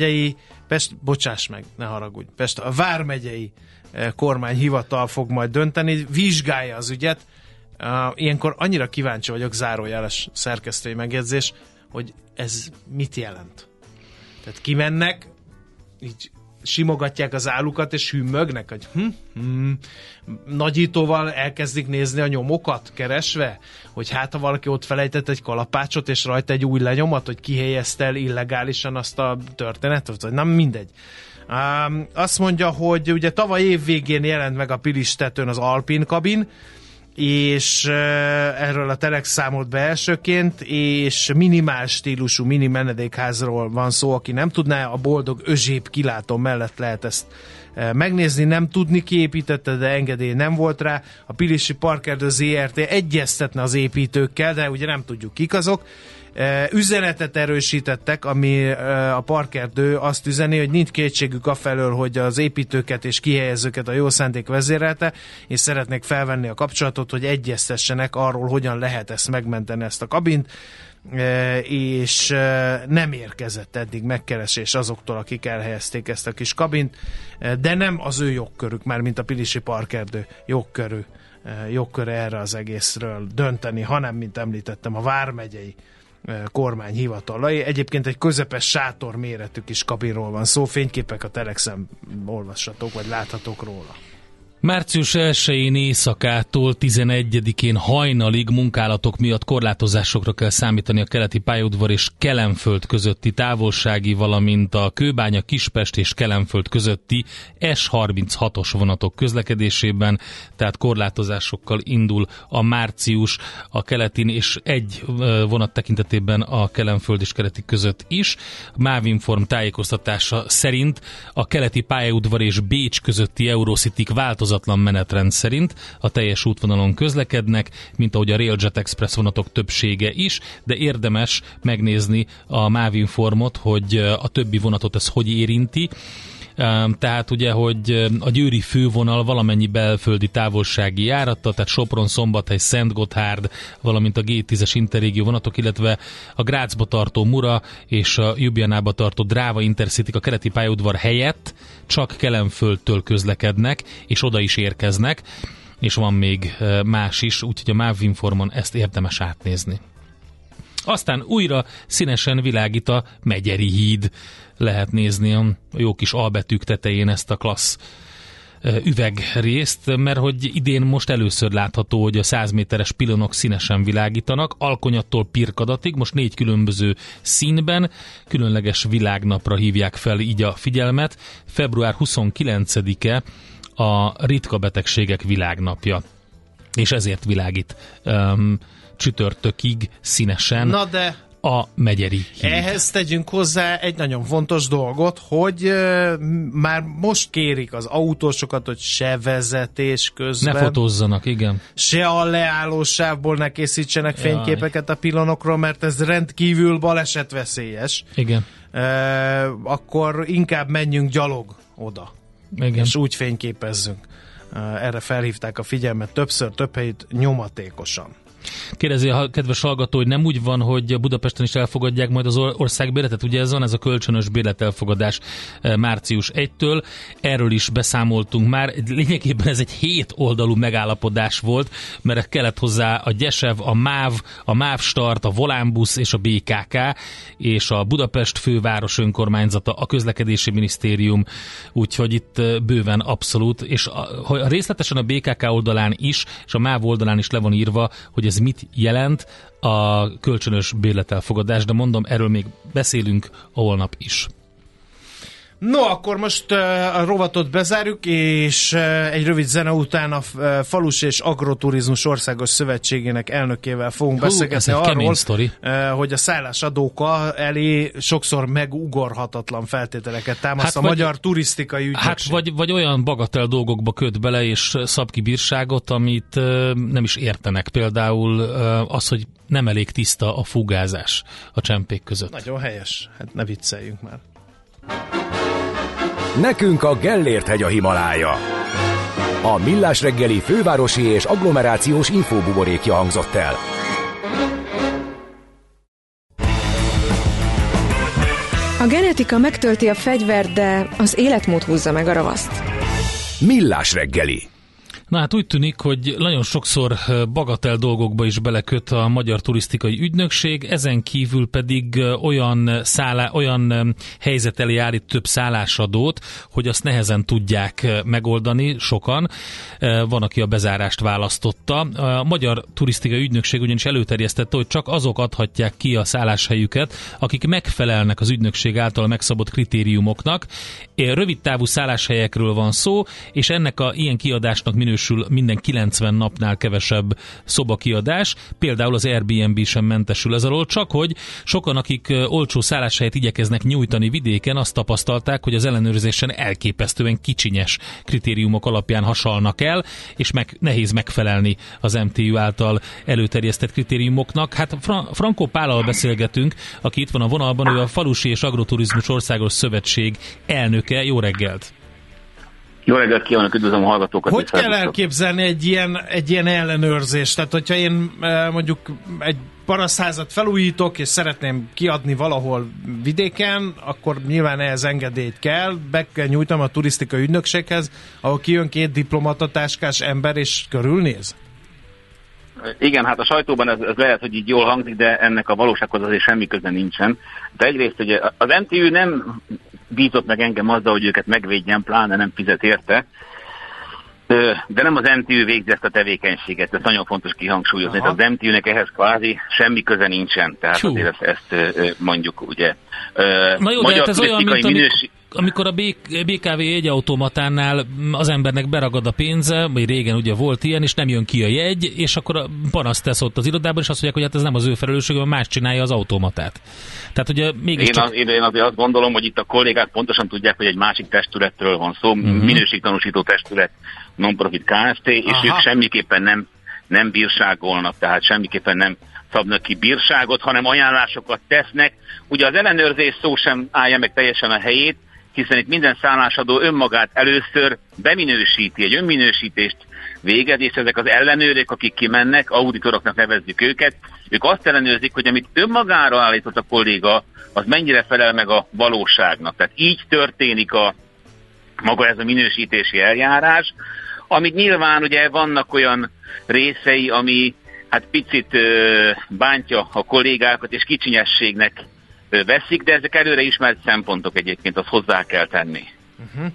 a Vármegyei kormányhivatal fog majd dönteni, vizsgálja az ügyet. Ilyenkor annyira kíváncsi vagyok, zárójeles szerkesztői megjegyzés, hogy ez mit jelent. Tehát kimennek, így simogatják az állukat, és hümmögnek, hogy nagyítóval elkezdik nézni a nyomokat, keresve, hogy hát ha valaki ott felejtett egy kalapácsot, és rajta egy új lenyomat, hogy kihelyezte el illegálisan azt a történetet, vagy nem mindegy. Azt mondja, hogy ugye tavaly év végén jelent meg a Pilis tetőn az alpin kabin, és erről a Telex számolt be elsőként, és minimál stílusú mini menedékházról van szó, aki nem tudná, a Boldog Özsép kilátó mellett lehet ezt megnézni, nem tudni ki építette, de engedély nem volt rá. A Pilisi Parkerdő ZRT egyeztetne az építőkkel, de ugye nem tudjuk kik azok. Üzenetet erősítettek, ami a Parkerdő azt üzeni, hogy nincs kétségük afelől, hogy az építőket és kihelyezőket a jó szándék vezérelte, és szeretnék felvenni a kapcsolatot, hogy egyeztessenek arról, hogyan lehet ezt megmenteni, ezt a kabint, és nem érkezett eddig megkeresés azoktól, akik elhelyezték ezt a kis kabint, de nem az ő jogkörük, már mint a Pilisi Parkerdő jogköre erre az egészről dönteni, hanem, mint említettem, a Vármegyei kormányhivatalai. Egyébként egy közepes sátor méretű kis kabinról van szó, fényképek a Telexen olvashatók, vagy láthatók róla. Március 1-én éjszakától 11-én hajnalig munkálatok miatt korlátozásokra kell számítani a keleti pályaudvar és Kelenföld közötti távolsági, valamint a Kőbánya, Kispest és Kelenföld közötti S36-os vonatok közlekedésében, tehát korlátozásokkal indul a március a keletin és egy vonat tekintetében a Kelenföld és keleti között is. Mávinform tájékoztatása szerint a keleti pályaudvar és Bécs közötti Eurocityk változatlan menetrend szerint a teljes útvonalon közlekednek, mint ahogy a Railjet Express vonatok többsége is, de érdemes megnézni a Mávinformot, hogy a többi vonatot ez hogy érinti. Tehát ugye, hogy a győri fővonal valamennyi belföldi távolsági járattal, tehát Sopron, Szombathely, Szentgotthárd, valamint a G10-es interrégió vonatok, illetve a Grazba tartó Mura és a Ljubljanába tartó Dráva Intercityk a keleti pályaudvar helyett csak Kelenföldtől közlekednek, és oda is érkeznek, és van még más is, úgyhogy a Mávinformon ezt érdemes átnézni. Aztán újra színesen világít a Megyeri híd. Lehet nézni a jó kis albetűk tetején ezt a klassz üvegrészt, mert hogy idén most először látható, hogy a 100 méteres pilonok színesen világítanak, alkonyattól pirkadatig, most 4 különböző színben, különleges világnapra hívják fel így a figyelmet. Február 29-e a ritka betegségek világnapja, és ezért világít csütörtökig színesen. Na de a Megyeri híd. Ehhez tegyünk hozzá egy nagyon fontos dolgot, hogy már most kérik az autósokat, hogy se vezetés közben, ne fotózzanak, igen. Se a leállósávból ne készítsenek fényképeket a pilonokról, mert ez rendkívül balesetveszélyes. Igen. Akkor inkább menjünk gyalog oda. Igen. És úgy fényképezzünk. Erre felhívták a figyelmet többször, több helyet nyomatékosan. Kérdezi a kedves hallgató, hogy nem úgy van, hogy Budapesten is elfogadják majd az országbérletet, ugye ez van, ez a kölcsönös bérletelfogadás március 1-től, erről is beszámoltunk már, lényegében ez egy 7 oldalú megállapodás volt, mert kellett hozzá a Gyesev, a MÁV Start, a Volánbusz és a BKK, és a Budapest főváros önkormányzata, a közlekedési minisztérium, úgyhogy itt bőven abszolút, és részletesen a BKK oldalán is, és a MÁV oldalán is le van írva, hogy ez mit jelent a kölcsönös bérletelfogadás, de mondom, erről még beszélünk holnap is. No, akkor most a rovatot bezárjuk, és egy rövid zene után a Falus és Agroturizmus Országos Szövetségének elnökével fogunk beszélgetni arról, hogy a szállásadók elé sokszor megugorhatatlan feltételeket támaszt a Magyar Turisztikai Ügynökség. Hát vagy olyan bagatel dolgokba köt bele, és szab ki bírságot, amit nem is értenek. Például az, hogy nem elég tiszta a fúgázás a csempék között. Nagyon helyes. Hát ne vicceljünk már. Nekünk a Gellért-hegy a Himalája. A Millás reggeli fővárosi és agglomerációs infóbuborékja hangzott el. A genetika megtölti a fegyvert, de az életmód húzza meg a ravaszt. Millás reggeli. Na hát úgy tűnik, hogy nagyon sokszor bagatel dolgokba is beleköt a Magyar Turisztikai Ügynökség, ezen kívül pedig olyan helyzet elé állít több szállásadót, hogy azt nehezen tudják megoldani sokan. Van, aki a bezárást választotta. A Magyar Turisztikai Ügynökség ugyanis előterjesztette, hogy csak azok adhatják ki a szálláshelyüket, akik megfelelnek az ügynökség által megszabott kritériumoknak. Rövidtávú szálláshelyekről van szó, és ennek a ilyen kiadásnak minősül minden 90 napnál kevesebb szobakiadás, például az Airbnb sem mentesül ez alól, csak hogy sokan, akik olcsó szálláshelyet igyekeznek nyújtani vidéken, azt tapasztalták, hogy az ellenőrzésen elképesztően kicsinyes kritériumok alapján hasalnak el, és nehéz megfelelni az MTÜ által előterjesztett kritériumoknak. Hát Frankó Pállal beszélgetünk, aki itt van a vonalban, ő a Falusi és Agroturizmus Országos Szövetség elnöke. Jó reggelt! Jó reggelt kívánok, üdvözlöm a hallgatókat. Hogy kell elképzelni egy ilyen ellenőrzést? Tehát, hogyha én mondjuk egy parasztházat felújítok, és szeretném kiadni valahol vidéken, akkor nyilván ehhez engedélyt kell, be kell nyújtanom a turisztikai ügynökséghez, ahol kijön 2 diplomatatáskás ember, és körülnéz? Igen, hát a sajtóban ez lehet, hogy így jól hangzik, de ennek a valósághoz azért semmi köze nincsen. De egyrészt ugye az MTÜ nem bízott meg engem azzal, hogy őket megvédjem, pláne nem fizet érte, de nem az MTÜ végzi ezt a tevékenységet, ez nagyon fontos kihangsúlyozni. Az MTÜ-nek ehhez kvázi semmi köze nincsen, tehát azért ezt mondjuk ugye. Na jó, de hát ez olyan, mint amikor a BKV jegyautomatánál az embernek beragad a pénze, vagy régen ugye volt ilyen, és nem jön ki a jegy, és akkor panaszt tesz ott az irodában, és azt mondják, hogy hát ez nem az ő felelőssége, más csinálja az automatát. Tehát ugye mégiscsak... Én azért azt gondolom, hogy itt a kollégák pontosan tudják, hogy egy másik testületről van szó, minőségtanúsító testület, non-profit Kft., és ők semmiképpen nem bírságolnak, tehát semmiképpen nem szabnak ki bírságot, hanem ajánlásokat tesznek. Ugye az ellenőrzés szó sem állja meg teljesen a helyét, hiszen itt minden szállásadó önmagát először beminősíti, egy önminősítést végez, és ezek az ellenőrök, akik kimennek, auditoroknak nevezzük őket, ők azt ellenőrzik, hogy amit önmagára állított a kolléga, az mennyire felel meg a valóságnak. Tehát így történik maga ez a minősítési eljárás, amit nyilván ugye vannak olyan részei, ami hát picit bántja a kollégákat, és kicsinyességnek veszik, de ezek előre ismert szempontok egyébként, azt hozzá kell tenni.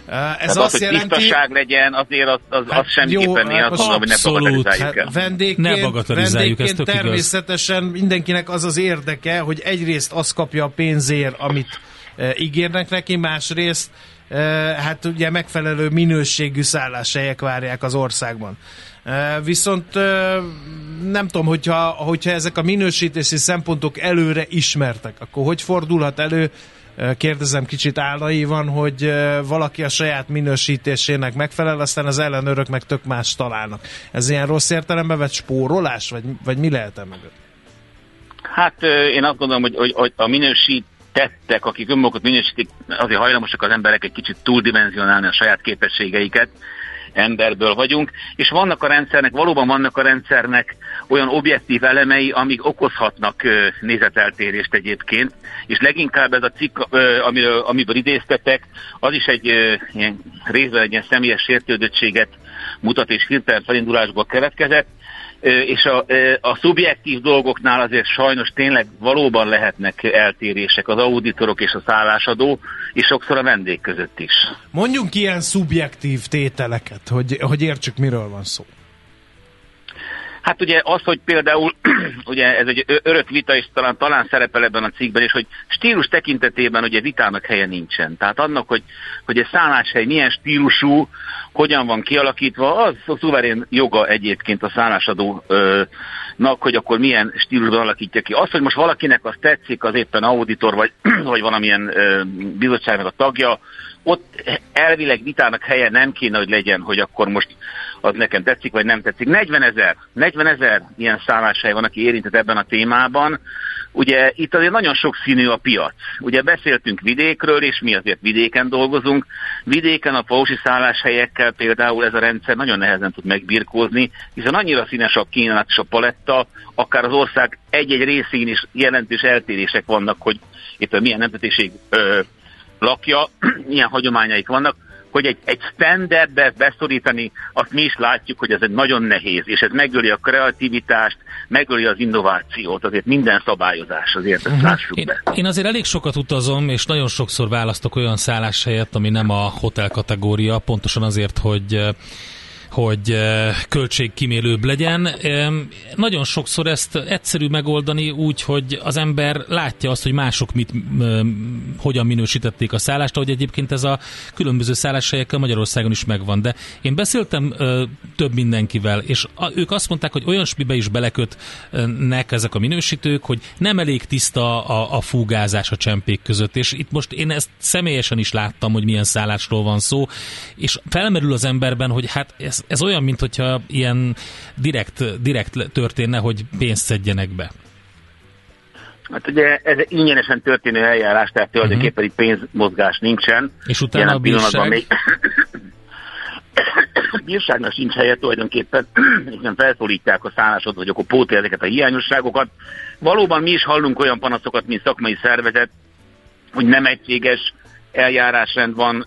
Ez azt hogy jelenti... tisztaság legyen, azért az semmiképpen én azt mondom, hogy ne bagatelizáljuk el. Vendégként természetesen mindenkinek az az érdeke, hogy egyrészt azt kapja a pénzért, amit ígérnek neki, másrészt hát ugye megfelelő minőségű szálláshelyek várják az országban. Viszont nem tudom, hogyha ezek a minősítési szempontok előre ismertek, akkor hogy fordulhat elő, kérdezem kicsit álnaívan, hogy valaki a saját minősítésének megfelel, aztán az ellenőrök meg tök más találnak. Ez ilyen rossz értelemben vett spórolás, vagy mi lehet mögött? Hát én azt gondolom, hogy a minősítettek, akik önmagukat minősítik, azért hajlamosak az emberek egy kicsit túldimenzionálni a saját képességeiket, emberből vagyunk, és valóban vannak a rendszernek olyan objektív elemei, amik okozhatnak nézeteltérést egyébként, és leginkább ez a cikk, amiből idéztetek, az is egy ilyen részben egy ilyen személyes sértődöttséget mutat, és hirtelen felindulásból keletkezett, és a szubjektív dolgoknál azért sajnos tényleg valóban lehetnek eltérések az auditorok és a szállásadó, és sokszor a vendég között is. Mondjunk ilyen szubjektív tételeket, hogy értsük, miről van szó. Hát ugye az, hogy például, ugye ez egy örök vita, és talán szerepel ebben a cikkben is, hogy stílus tekintetében ugye vitának helye nincsen. Tehát annak, hogy egy szálláshely milyen stílusú, hogyan van kialakítva, az a szuverén joga egyébként a szállásadónak, hogy akkor milyen stílusban alakítja ki. Az, hogy most valakinek az tetszik, az éppen auditor, vagy valamilyen bizottságnak a tagja, ott elvileg vitának helye nem kéne, hogy legyen, hogy akkor most az nekem tetszik, vagy nem tetszik. 40 000 ilyen szálláshely van, aki érintett ebben a témában. Ugye itt azért nagyon sokszínű a piac. Ugye beszéltünk vidékről, és mi azért vidéken dolgozunk. Vidéken a falusi szálláshelyekkel például ez a rendszer nagyon nehezen tud megbirkózni, hiszen annyira színes a kínálat és a paletta, akár az ország egy-egy részén is jelentős eltérések vannak, hogy itt milyen nemzetiség lakja, milyen hagyományaik vannak, hogy egy standardbe beszorítani, azt mi is látjuk, hogy ez egy nagyon nehéz, és ez megöli a kreativitást, megöli az innovációt, azért minden szabályozás, azért ezt lássuk be. Én azért elég sokat utazom, és nagyon sokszor választok olyan szálláshelyet, ami nem a hotel kategória, pontosan azért, hogy költségkímélőbb legyen. Nagyon sokszor ezt egyszerű megoldani úgy, hogy az ember látja azt, hogy mások hogyan minősítették a szállást, ahogy egyébként ez a különböző szálláshelyekkel Magyarországon is megvan. De én beszéltem több mindenkivel, és ők azt mondták, hogy olyan smibe is belekötnek ezek a minősítők, hogy nem elég tiszta a fúgázás a csempék között. És itt most én ezt személyesen is láttam, hogy milyen szállásról van szó, és felmerül az emberben, hogy hát ez olyan, mint hogyha ilyen direkt történne, hogy pénzt szedjenek be. Hát ugye ez ingyenesen történő eljárás, tehát tulajdonképpen itt pénzmozgás nincsen. És utána a bírság? Bírságnak sincs helye tulajdonképpen, hiszen felszólítják a szállásadót, hogy akkor pótolja ezeket a hiányosságokat. Valóban mi is hallunk olyan panaszokat, mint szakmai szervezet, hogy nem egységes eljárásrend van,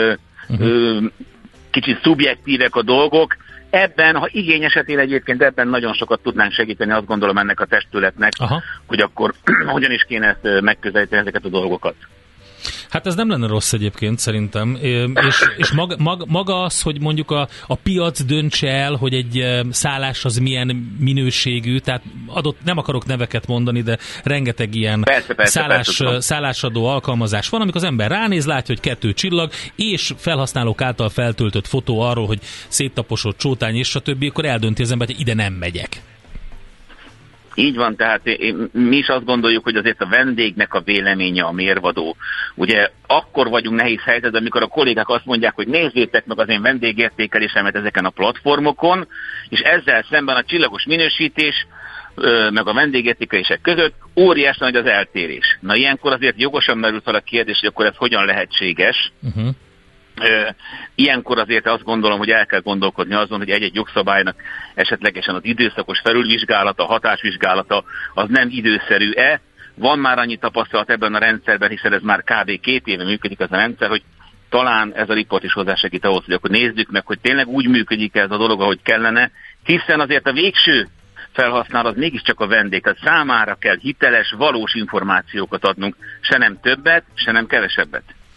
kicsit szubjektívek a dolgok. Ebben, ha igény esetén egyébként ebben nagyon sokat tudnánk segíteni, azt gondolom ennek a testületnek, hogy akkor hogyan is kéne ezt megközelíteni ezeket a dolgokat. Hát ez nem lenne rossz egyébként szerintem, és maga az, hogy mondjuk a piac döntse el, hogy egy szállás az milyen minőségű, tehát nem akarok neveket mondani, de rengeteg ilyen szállásadó alkalmazás van, amikor az ember ránéz, látja, hogy 2 csillag, és felhasználók által feltöltött fotó arról, hogy széttaposott csótány és stb., akkor eldönti az ember, hogy ide nem megyek. Így van, tehát mi is azt gondoljuk, hogy azért a vendégnek a véleménye a mérvadó. Ugye akkor vagyunk nehéz helyzetben, amikor a kollégák azt mondják, hogy nézzétek meg az én vendégértékelésemet ezeken a platformokon, és ezzel szemben a csillagos minősítés meg a vendégértékelések között óriási nagy az eltérés. Na ilyenkor azért jogosan merül fel a kérdés, hogy akkor ez hogyan lehetséges. Ilyenkor azért azt gondolom, hogy el kell gondolkodni azon, hogy egy-egy jogszabálynak esetlegesen az időszakos felülvizsgálata, hatásvizsgálata az nem időszerű-e. Van már annyi tapasztalat ebben a rendszerben, hiszen ez már kb. 2 éve működik ez a rendszer, hogy talán ez a riport is hozzásegít ahhoz, hogy akkor nézzük meg, hogy tényleg úgy működik ez a dolog, ahogy kellene, hiszen azért a végső felhasználó az mégiscsak a vendég, tehát számára kell hiteles, valós információkat adnunk, se nem többet, se nem kevesebbet.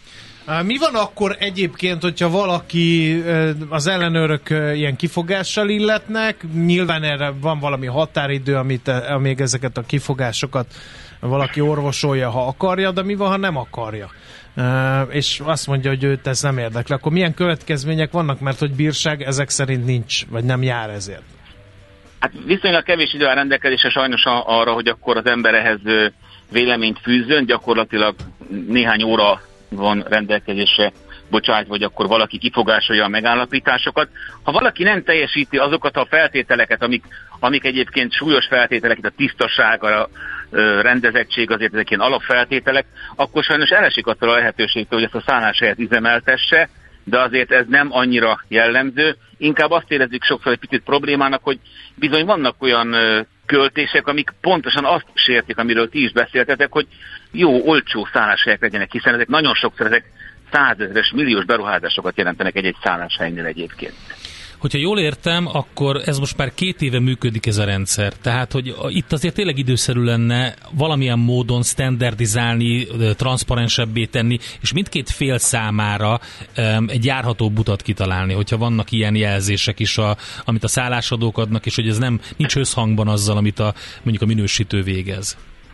Mi van akkor egyébként, hogyha valaki, az ellenőrök ilyen kifogással illetnek, nyilván erre van valami határidő, amíg ezeket a kifogásokat valaki orvosolja, ha akarja, de mi van, ha nem akarja? És azt mondja, hogy őt ez nem érdekli. Akkor milyen következmények vannak, mert hogy bírság ezek szerint nincs, vagy nem jár ezért? Hát viszonylag kevés idő áll rendelkezésre sajnos arra, hogy akkor az ember ehhez véleményt fűzzön, gyakorlatilag néhány óra van rendelkezésre bocsátva, hogy akkor valaki kifogásolja a megállapításokat. Ha valaki nem teljesíti azokat a feltételeket, amik egyébként súlyos feltételek, itt a tisztaság, a rendezettség, azért ezek ilyen alapfeltételek, akkor sajnos elesik attól a lehetőségtől, hogy ezt a szálláshelyet üzemeltesse, de azért ez nem annyira jellemző. Inkább azt érezzük sokszor egy picit problémának, hogy bizony vannak olyan költések, amik pontosan azt sértik, amiről ti is beszéltetek, hogy jó, olcsó szálláshelyek legyenek, hiszen ezek nagyon sokszor ezek 100 000-es, milliós beruházásokat jelentenek egy-egy szálláshelynél egyébként. Hogyha jól értem, akkor ez most már 2 éve működik ez a rendszer. Tehát, hogy itt azért tényleg időszerű lenne valamilyen módon standardizálni, transzparensebbé tenni, és mindkét fél számára egy járható utat kitalálni, hogyha vannak ilyen jelzések is, amit a szállásadók adnak, és hogy ez nincs összhangban azzal, amit mondjuk a minősítő végez.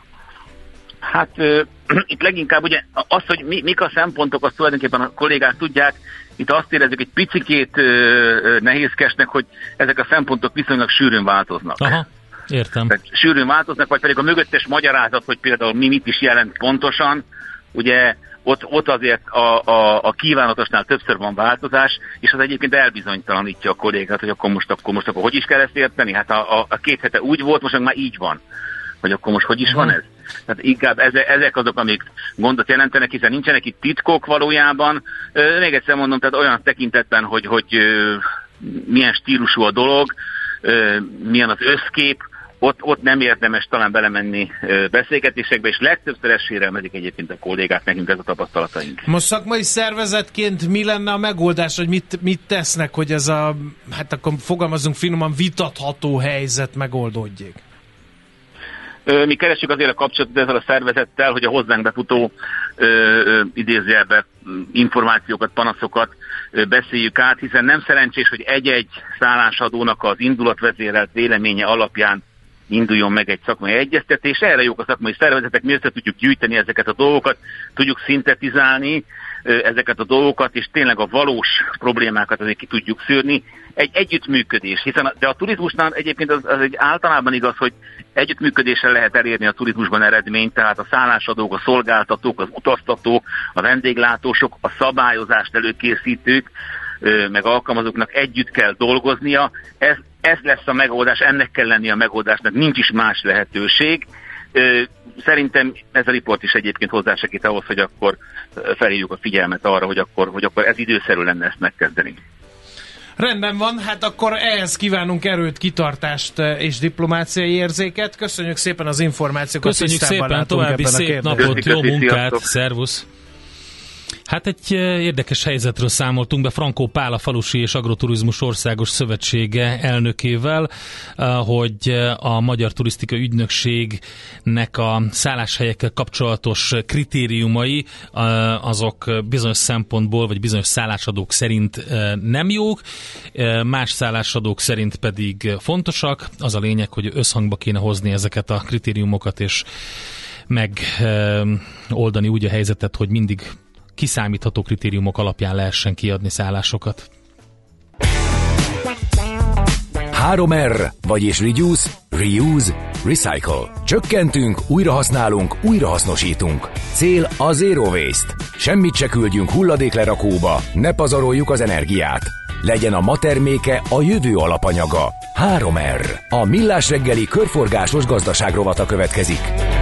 Hát itt leginkább ugye az, hogy mik a szempontok, azt tulajdonképpen a kollégák tudják. Itt azt érezzük egy picikét nehézkesnek, hogy ezek a szempontok viszonylag sűrűn változnak. Aha, értem. Tehát sűrűn változnak, vagy pedig a mögöttes magyarázat, hogy például mit is jelent pontosan, ugye ott azért a kívánatosnál többször van változás, és az egyébként elbizonytalanítja a kollégát, hogy akkor most hogy is kell ezt érteni? Hát a 2 hete úgy volt, most már így van. Vagy akkor most hogy is van ez? Tehát inkább ezek azok, amik gondot jelentenek, hiszen nincsenek itt titkok valójában. Még egyszer mondom, tehát olyan tekintetben, hogy milyen stílusú a dolog, milyen az összkép, ott nem érdemes talán belemenni beszélgetésekbe, és legtöbbször ezt sérelmezik egyébként a kollégák, nekünk ez a tapasztalataink. Most szakmai szervezetként mi lenne a megoldás, hogy mit tesznek, hogy ez hát akkor fogalmazunk finoman, vitatható helyzet megoldódjék? Mi keresjük azért a kapcsolatot ezzel a szervezettel, hogy a hozzánk befutó idézőjelbe információkat, panaszokat beszéljük át, hiszen nem szerencsés, hogy egy-egy szállásadónak az indulatvezérelt véleménye alapján induljon meg egy szakmai egyeztetés. Erre jók a szakmai szervezetek, mi össze tudjuk gyűjteni ezeket a dolgokat, tudjuk szintetizálni ezeket a dolgokat, és tényleg a valós problémákat azért ki tudjuk szűrni. Egy együttműködés, de a turizmusnál egyébként az egy általában igaz, hogy együttműködéssel lehet elérni a turizmusban eredményt, tehát a szállásadók, a szolgáltatók, az utaztatók, a vendéglátósok, a szabályozást előkészítők, meg alkalmazóknak együtt kell dolgoznia. Ez lesz a megoldás, ennek kell lennie a megoldásnak, nincs is más lehetőség. Szerintem ez a riport is egyébként hozzásegít ahhoz, hogy akkor felhívjuk a figyelmet arra, hogy akkor ez időszerű lenne ezt megkezdeni. Rendben van, hát akkor ehhez kívánunk erőt, kitartást és diplomáciai érzéket. Köszönjük szépen az információkat. Köszönjük szépen, további szép napot, jó munkát, szervusz! Hát egy érdekes helyzetről számoltunk be Frankó Pál, a Falusi és Agroturizmus Országos Szövetsége elnökével, hogy a Magyar Turisztikai Ügynökségnek a szálláshelyekkel kapcsolatos kritériumai azok bizonyos szempontból, vagy bizonyos szállásadók szerint nem jók, más szállásadók szerint pedig fontosak. Az a lényeg, hogy összhangba kéne hozni ezeket a kritériumokat, és megoldani úgy a helyzetet, hogy mindig kiszámítható kritériumok alapján lehessen kiadni szállásokat. 3R, vagyis Reduce, Reuse, Recycle. Csökkentünk, újrahasználunk, újrahasznosítunk. Cél a Zero Waste. Semmit se küldjünk hulladéklerakóba, ne pazaroljuk az energiát. Legyen a ma terméke a jövő alapanyaga. 3R. A Millás reggeli körforgásos gazdaság rovata következik.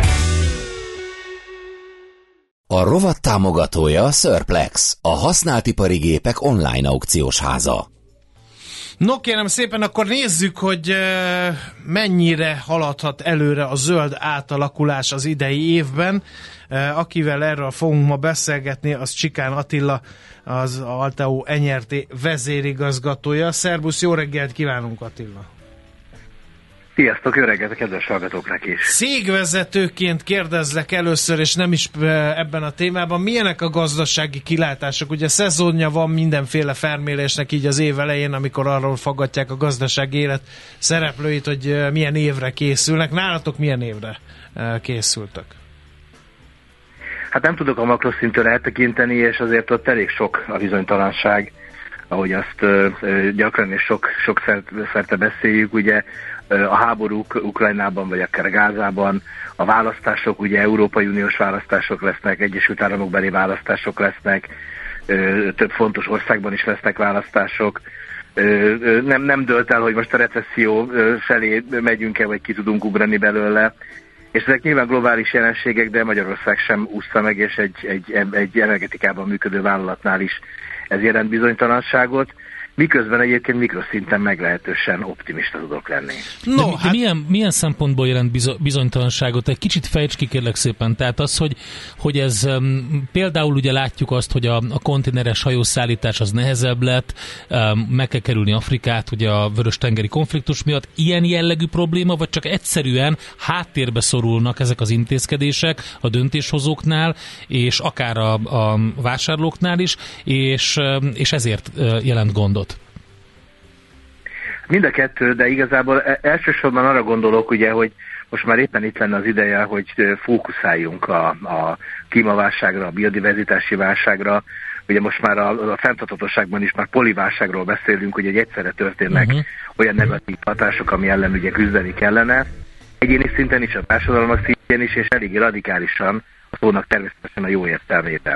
A rovat támogatója a Surplex, a használtipari gépek online aukciós háza. No kérem szépen, akkor nézzük, hogy mennyire haladhat előre a zöld átalakulás az idei évben. Akivel erről fogunk ma beszélgetni, az Csikán Attila, az Alteo NRT vezérigazgatója. Szerbusz, jó reggelt kívánunk, Attila! Sziasztok, jó reggelt a kedves hallgatóknak is! Cégvezetőként kérdezlek először, és nem is ebben a témában, milyenek a gazdasági kilátások? Ugye szezonja van mindenféle felmérésnek így az év elején, amikor arról faggatják a gazdasági élet szereplőit, hogy milyen évre készülnek. Nálatok milyen évre készültek? Hát nem tudok a makroszintől eltekinteni, és azért ott elég sok a bizonytalanság, ahogy azt gyakran és sok szerte beszéljük, ugye a háborúk Ukrajnában, vagy akár Gázában, a választások, ugye Európai Uniós választások lesznek, Egyesült Államokbeli választások lesznek, több fontos országban is lesznek választások. Nem dölt el, hogy most a recesszió felé megyünk-e, vagy ki tudunk ugrani belőle. És ezek nyilván globális jelenségek, de Magyarország sem úszta meg, és egy energetikában működő vállalatnál is ez jelent bizonytalanságot. Miközben egyébként mikroszinten meglehetősen optimista tudok lenni. No, hát... milyen szempontból jelent bizonytalanságot? Egy kicsit fejts ki, kérlek szépen. Tehát az, hogy ez például ugye látjuk azt, hogy a konténeres hajószállítás az nehezebb lett, meg kell kerülni Afrikát, ugye a vörös-tengeri konfliktus miatt. Ilyen jellegű probléma, vagy csak egyszerűen háttérbe szorulnak ezek az intézkedések a döntéshozóknál, és akár a vásárlóknál is, és ezért jelent gondot? Mind a kettő, de igazából elsősorban arra gondolok, ugye, hogy most már éppen itt lenne az ideje, hogy fókuszáljunk a klímaválságra, a biodiverzitási válságra. Ugye most már a fenntarthatóságban is már poliválságról beszélünk, hogy egyszerre történnek olyan negatív hatások, ami ellen ugye küzdeni kellene. Egyéni szinten is, a társadalmak szintjén is, és eléggé radikálisan a szónak természetesen a jó értelmében.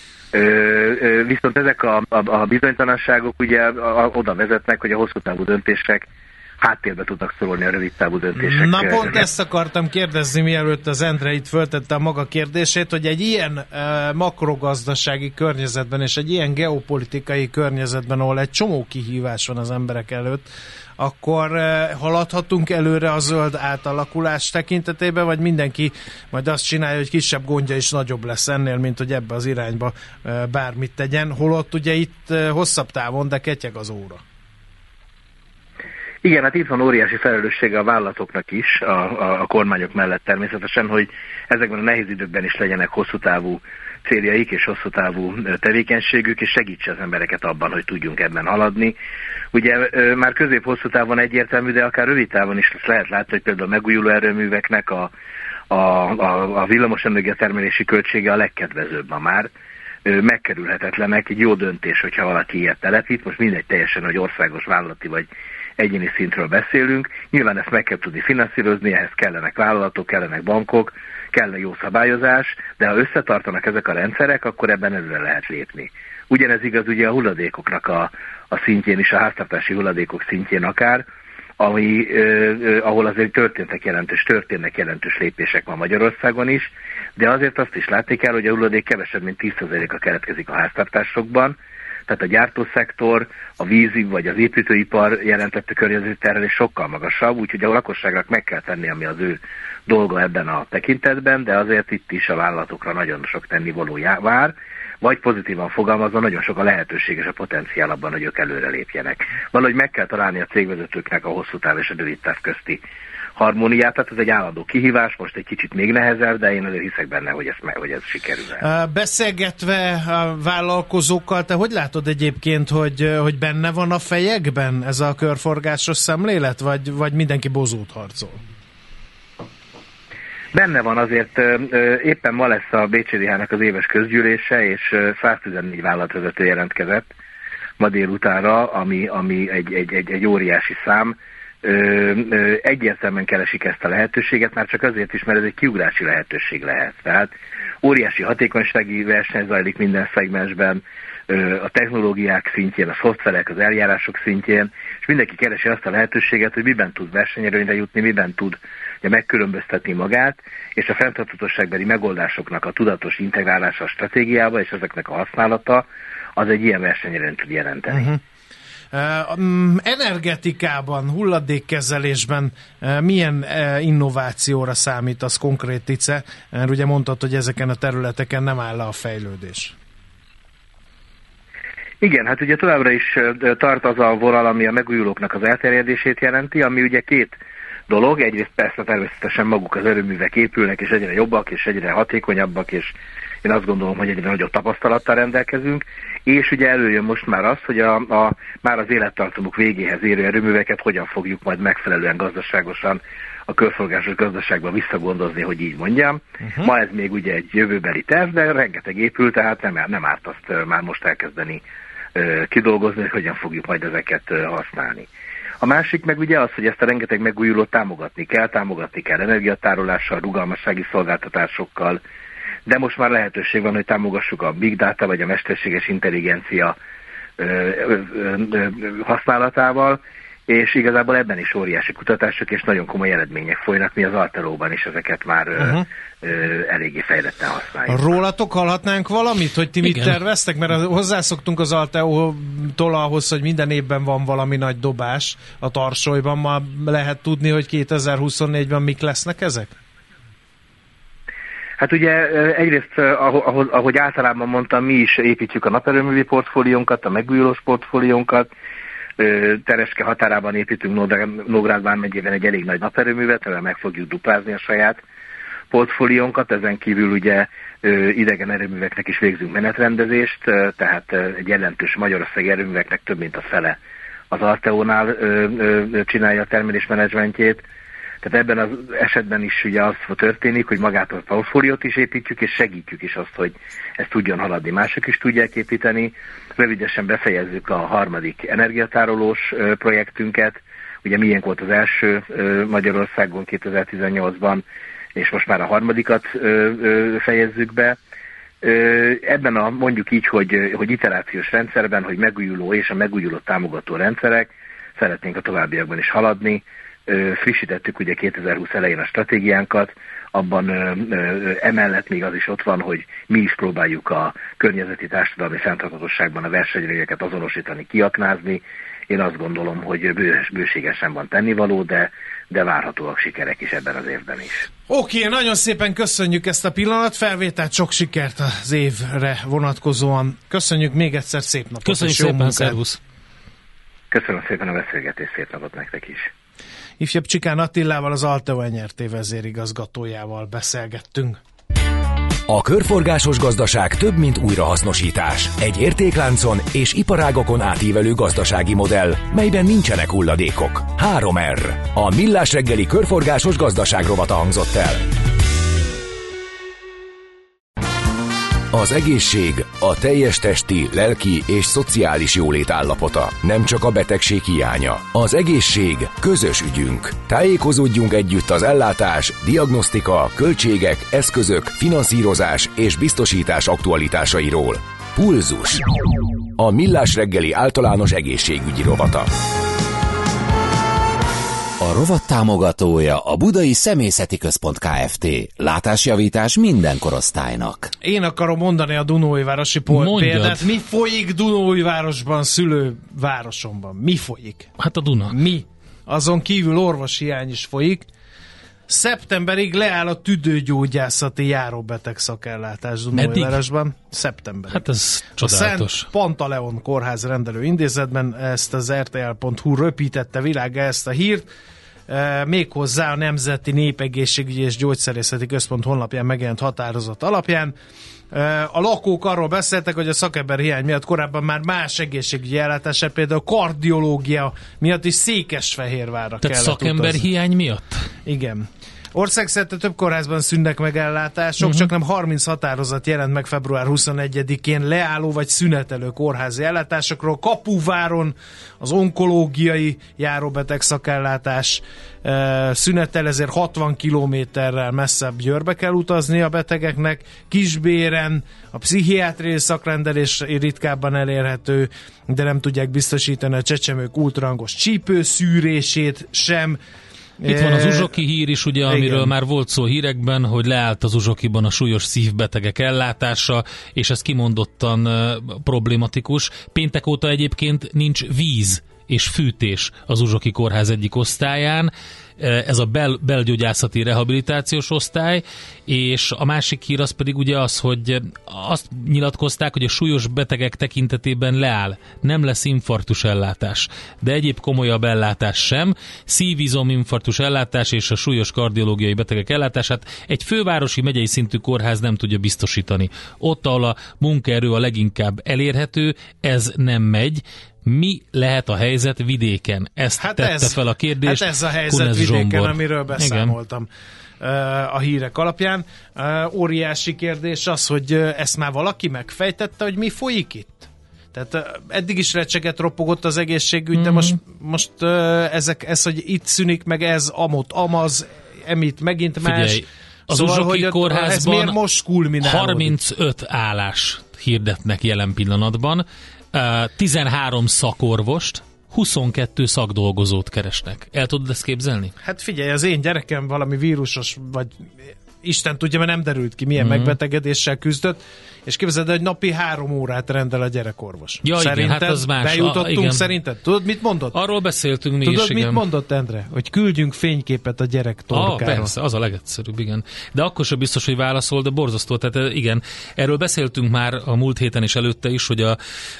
Viszont ezek a bizonytalanságok ugye oda vezetnek, hogy a hosszú távú döntések háttérbe tudnak szorulni a rövid távú döntések. Na pont ezt akartam kérdezni, mielőtt az Endre itt föltette a maga kérdését, hogy egy ilyen makrogazdasági környezetben és egy ilyen geopolitikai környezetben, ahol egy csomó kihívás van az emberek előtt, akkor haladhatunk előre a zöld átalakulás tekintetében, vagy mindenki majd azt csinálja, hogy kisebb gondja is nagyobb lesz ennél, mint hogy ebbe az irányba bármit tegyen, holott ugye itt hosszabb távon, de ketyeg az óra. Igen, hát itt van óriási felelőssége a vállalatoknak is, a kormányok mellett természetesen, hogy ezekben a nehéz időkben is legyenek hosszú távú céljaik és hosszú távú tevékenységük, és segítse az embereket abban, hogy tudjunk ebben haladni. Ugye már közép-hosszú távon egyértelmű, de akár rövid távon is lehet látni, hogy például a megújuló erőműveknek a villamosenergia termelési költsége a legkedvezőbb ma már. Megkerülhetetlenek, egy jó döntés, hogyha valaki ilyet telepít, most mindegy teljesen, hogy országos, vállalati vagy egyéni szintről beszélünk. Nyilván ezt meg kell tudni finanszírozni, ehhez kellenek vállalatok, kellenek bankok, kellene jó szabályozás, de ha összetartanak ezek a rendszerek, akkor ebben előre lehet lépni. Ugyanez igaz ugye a hulladékoknak a szintjén is, a háztartási hulladékok szintjén akár, ahol azért történnek jelentős lépések ma Magyarországon is, de azért azt is látni kell, hogy a hulladék kevesebb, mint 10%-a keletkezik a háztartásokban, tehát a gyártószektor, a vízi vagy az építőipar jelentette környezeti terhelés sokkal magasabb, úgyhogy a lakosságnak meg kell tenni, ami az ő dolga ebben a tekintetben, de azért itt is a vállalatokra nagyon sok tennivaló vár, vagy pozitívan fogalmazva, nagyon sok a lehetőség és a potenciál abban, hogy ők előre lépjenek. Valahogy meg kell találni a cégvezetőknek a hosszú táv és a rövid táv közti harmóniát, tehát ez egy állandó kihívás, most egy kicsit még nehezebb, de én azért hiszek benne, hogy ez sikerül. Beszélgetve a vállalkozókkal, te hogy látod egyébként, hogy benne van a fejekben ez a körforgásos szemlélet, vagy mindenki bozót harcol? Benne van, azért éppen ma lesz a BCDH-nek az éves közgyűlése, és 114 vállalatvezető jelentkezett ma délutánra, ami egy óriási szám. Egyértelműen keresik ezt a lehetőséget, már csak azért is, mert ez egy kiugrási lehetőség lehet. Tehát óriási hatékonysági verseny zajlik minden szegmensben, a technológiák szintjén, a szoftverek, az eljárások szintjén, és mindenki keresi azt a lehetőséget, hogy miben tud versenyelőnyre jutni, miben tud megkülönböztetni magát, és a fenntarthatóságbeli megoldásoknak a tudatos integrálása a stratégiába, és ezeknek a használata, az egy ilyen versenyelőnyt tud jelenteni. Energetikában, hulladékkezelésben milyen innovációra számítasz konkrét, Tice? Mert ugye mondtad, hogy ezeken a területeken nem áll le a fejlődés. Igen, hát ugye továbbra is tart az a vonal, ami a megújulóknak az elterjedését jelenti, ami ugye két dolog. Egyrészt persze természetesen maguk az erőművek épülnek, és egyre jobbak, és egyre hatékonyabbak, és én azt gondolom, hogy egyre nagyobb tapasztalattal rendelkezünk, és ugye előjön most már az, hogy már az élettartamuk végéhez érő erőműveket hogyan fogjuk majd megfelelően gazdaságosan a körforgásos gazdaságban visszagondozni, hogy így mondjam. Ma ez még ugye egy jövőbeli terv, de rengeteg épül, tehát nem árt azt már most elkezdeni kidolgozni, hogy hogyan fogjuk majd ezeket használni. A másik meg ugye az, hogy ezt a rengeteg megújulót támogatni kell energiatárolással, rugalmassági szolgáltatásokkal, de most már lehetőség van, hogy támogassuk a big data vagy a mesterséges intelligencia használatával, és igazából ebben is óriási kutatások és nagyon komoly eredmények folynak, mi az Alteróban is ezeket már eléggé fejletten használjuk. Rólatok hallhatnánk valamit, hogy ti mit terveztek? Mert hozzászoktunk az Alteo-tól ahhoz, hogy minden évben van valami nagy dobás a tarsolyban. Ma lehet tudni, hogy 2024-ben mik lesznek ezek? Hát ugye egyrészt, ahogy általában mondtam, mi is építjük a naperőművi portfóliónkat, a megújulós portfóliónkat. Tereske határában építünk Nógrád vármegyében egy elég nagy naperőművet, amivel meg fogjuk duplázni a saját portfóliónkat. Ezen kívül ugye idegen erőműveknek is végzünk menetrendezést, tehát egy jelentős magyarországi erőműveknek több mint a fele az Alteo-nál csinálja a termelésmenedzsmentjét. Tehát ebben az esetben is ugye az történik, hogy magát a portfóliót is építjük, és segítjük is azt, hogy ez tudjon haladni. Mások is tudják építeni. Rövidesen befejezzük a harmadik energiatárolós projektünket. Ugye miénk volt az első Magyarországon 2018-ban, és most már a harmadikat fejezzük be. Ebben a mondjuk így, hogy iterációs rendszerben, hogy megújuló és a megújuló támogató rendszerek, szeretnénk a továbbiakban is haladni. Frissítettük ugye 2020 elején a stratégiánkat, abban emellett még az is ott van, hogy mi is próbáljuk a környezeti társadalmi fenntarthatóságban a versenyelőnyöket azonosítani, kiaknázni. Én azt gondolom, hogy bőségesen van tennivaló, de várhatóak sikerek is ebben az évben is. Oké, nagyon szépen köszönjük ezt a pillanatfelvételt, sok sikert az évre vonatkozóan. Köszönjük még egyszer, szép napot. Köszönjük szépen, szervusz! Köszönöm szépen a beszélgetést, szép napot nektek is! Ifjabb Csikán Attilával, az Alteo NRT vezérigazgatójával beszélgettünk. A körforgásos gazdaság több, mint újrahasznosítás. Egy értékláncon és iparágokon átívelő gazdasági modell, melyben nincsenek hulladékok. 3R. A Millás reggeli körforgásos gazdaság rovata hangzott el. Az egészség a teljes testi, lelki és szociális jólét állapota, nem csak a betegség hiánya. Az egészség közös ügyünk. Tájékozódjunk együtt az ellátás, diagnosztika, költségek, eszközök, finanszírozás és biztosítás aktualitásairól. Pulzus. A Millás reggeli általános egészségügyi rovata. A rovat támogatója a Budai Személyzeti Központ Kft. Látásjavítás minden korosztálynak. Én akarom mondani a Dunaújvárosi példát. Mi folyik Dunaújvárosban, szülővárosomban? Mi folyik? Hát a Duna. Mi? Azon kívül orvoshiány is folyik. Szeptemberig leáll a tüdőgyógyászati járóbeteg szakellátás Dunaújvárosban. Szeptemberig. Hát ez csodálatos. A Szent Pantaleon kórház rendelő intézetben ezt az RTL.hu röpítette világgá ezt a hírt. Méghozzá a Nemzeti Népegészségügyi és Gyógyszerészeti Központ honlapján megjelent határozat alapján. A lakók arról beszéltek, hogy a szakember hiány miatt korábban már más egészségügyi ellátását, például a kardiológia miatt is Székesfehérvárra kellett utazni. Tehát szakember hiány miatt? Igen. Országszerte több kórházban szűnnek meg ellátások, csak nem 30 határozat jelent meg február 21-én leálló vagy szünetelő kórházi ellátásokról. Kapuváron az onkológiai járóbeteg szakellátás szünetel, ezért 60 kilométerrel messzebb Győrbe kell utazni a betegeknek. Kisbéren a pszichiátriai szakrendelés ritkábban elérhető, de nem tudják biztosítani a csecsemők ultrahangos csípőszűrését sem. Itt van az uzsoki hír is, ugye, amiről igen, már volt szó hírekben, hogy leállt az uzsokiban a súlyos szívbetegek ellátása, és ez kimondottan problématikus. Péntek óta egyébként nincs víz és fűtés az Uzsoki Kórház egyik osztályán. Ez a belgyógyászati rehabilitációs osztály, és a másik hír az pedig ugye az, hogy azt nyilatkozták, hogy a súlyos betegek tekintetében leáll, nem lesz infarktus ellátás, de egyéb komolyabb ellátás sem, szív-izom-infarktus ellátás és a súlyos kardiológiai betegek ellátását egy fővárosi megyei szintű kórház nem tudja biztosítani. Ott, ahol a munkaerő a leginkább elérhető, ez nem megy. Mi lehet a helyzet vidéken? Ezt tette fel a kérdést. Hát ez a helyzet Kunesz vidéken, Zsombor. Amiről beszámoltam a hírek alapján. Óriási kérdés az, hogy ezt már valaki megfejtette, hogy mi folyik itt? Tehát eddig is recseget ropogott az egészségügy, de most ez, hogy itt szűnik meg ez, amott amaz, emit megint más. Figyelj, az Uzsoki Kórházban ez miért most kulminálódik? 35 állás hirdetnek jelen pillanatban. 13 szakorvost, 22 szakdolgozót keresnek. El tudod ezt képzelni? Hát figyelj, az én gyerekem valami vírusos, vagy Isten tudja, mert nem derült ki, milyen megbetegedéssel küzdött, és képzeld, hogy napi 3 órát rendel a gyerekorvos. Ja, szerinted igen, hát az más. bejutottunk szerinted? Tudod, mit mondott? Arról beszéltünk mi Tudod, is, mit mondott, Endre? Hogy küldjünk fényképet a gyerek torkáról. Persze, az a legegyszerűbb, igen. De akkor sem biztos, hogy válaszol, de borzasztó. Tehát igen, erről beszéltünk már a múlt héten és előtte is, hogy a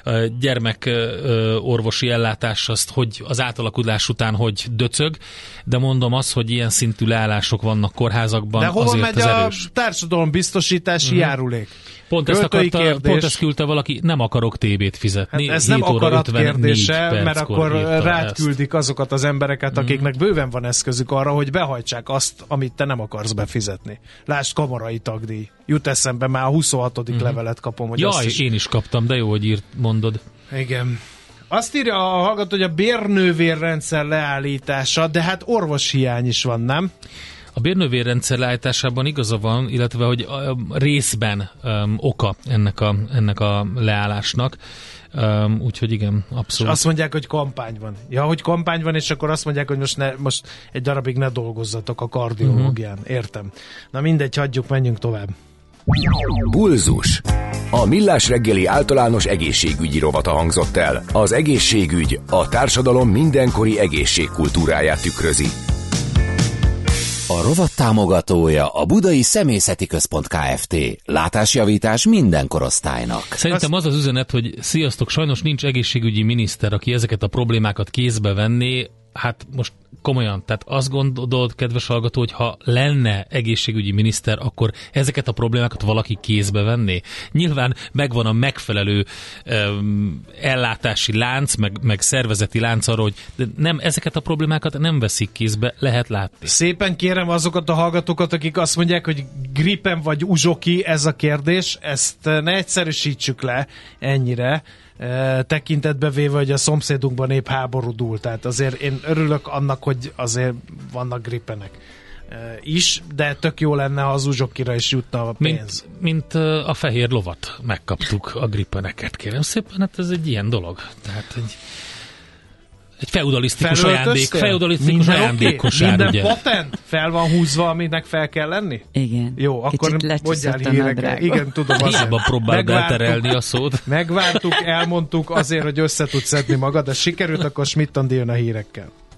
gyermekorvosi ellátás azt, hogy az átalakulás után hogy döcög, de mondom azt, hogy ilyen szintű leállások vannak kórházakban. De hova megy a társadalombiztosítási járulék? Pont ezt küldte valaki, nem akarok TB-t fizetni. Hát ez nem akarat kérdése, mert akkor rád küldik azokat az embereket, akiknek bőven van eszközük arra, hogy behajtsák azt, amit te nem akarsz befizetni. Lásd, kamarai tagdíj. Jut eszembe, már a 26. levelet kapom. Hogy jaj, én is kaptam, de jó, hogy mondod. Igen. Azt írja a hallgató, hogy a bérnővérrendszer leállítása, de hát orvoshiány is van, nem? A bérnővérrendszer leállításában igaza van, illetve hogy részben oka ennek a leállásnak. Úgyhogy igen, abszolút. És azt mondják, hogy kampány van. Ja, hogy kampány van, és akkor azt mondják, hogy most egy darabig ne dolgozzatok a kardiológián. Értem. Na mindegy, hagyjuk, menjünk tovább. Bulzus. A Millás reggeli általános egészségügyi rovata hangzott el. Az egészségügy a társadalom mindenkori egészségkultúráját tükrözi. A rovat támogatója a Budai Személyzeti Központ Kft. Látásjavítás minden korosztálynak. Szerintem az üzenet, hogy sziasztok, sajnos nincs egészségügyi miniszter, aki ezeket a problémákat kézbe venné. Hát most komolyan, tehát azt gondolod, kedves hallgató, hogy ha lenne egészségügyi miniszter, akkor ezeket a problémákat valaki kézbe venné? Nyilván megvan a megfelelő ellátási lánc, meg szervezeti lánc arra, hogy nem, ezeket a problémákat nem veszik kézbe, lehet látni. Szépen kérem azokat a hallgatókat, akik azt mondják, hogy gripen vagy uzsoki ez a kérdés, ezt ne egyszerűsítsük le ennyire, tekintetbe véve, hogy a szomszédunkban épp háború dúl. Tehát azért én örülök annak, hogy azért vannak gripenek is, de tök jó lenne, ha az uzsokira is jutna a pénz. Mint a fehér lovat megkaptuk a gripeneket, kérem szépen, hát ez egy ilyen dolog. Tehát egy feudalisztikus ajándékkosár, minden ugye? patent fel van húzva, aminek fel kell lenni? Igen. Jó, akkor mondjál híreket. Igen, tudom. Hiába próbáld elterelni a szót. Megvártuk, elmondtuk azért, hogy össze tudsz szedni magad, de sikerült, akkor Schmidt Andi jön a hírekkel.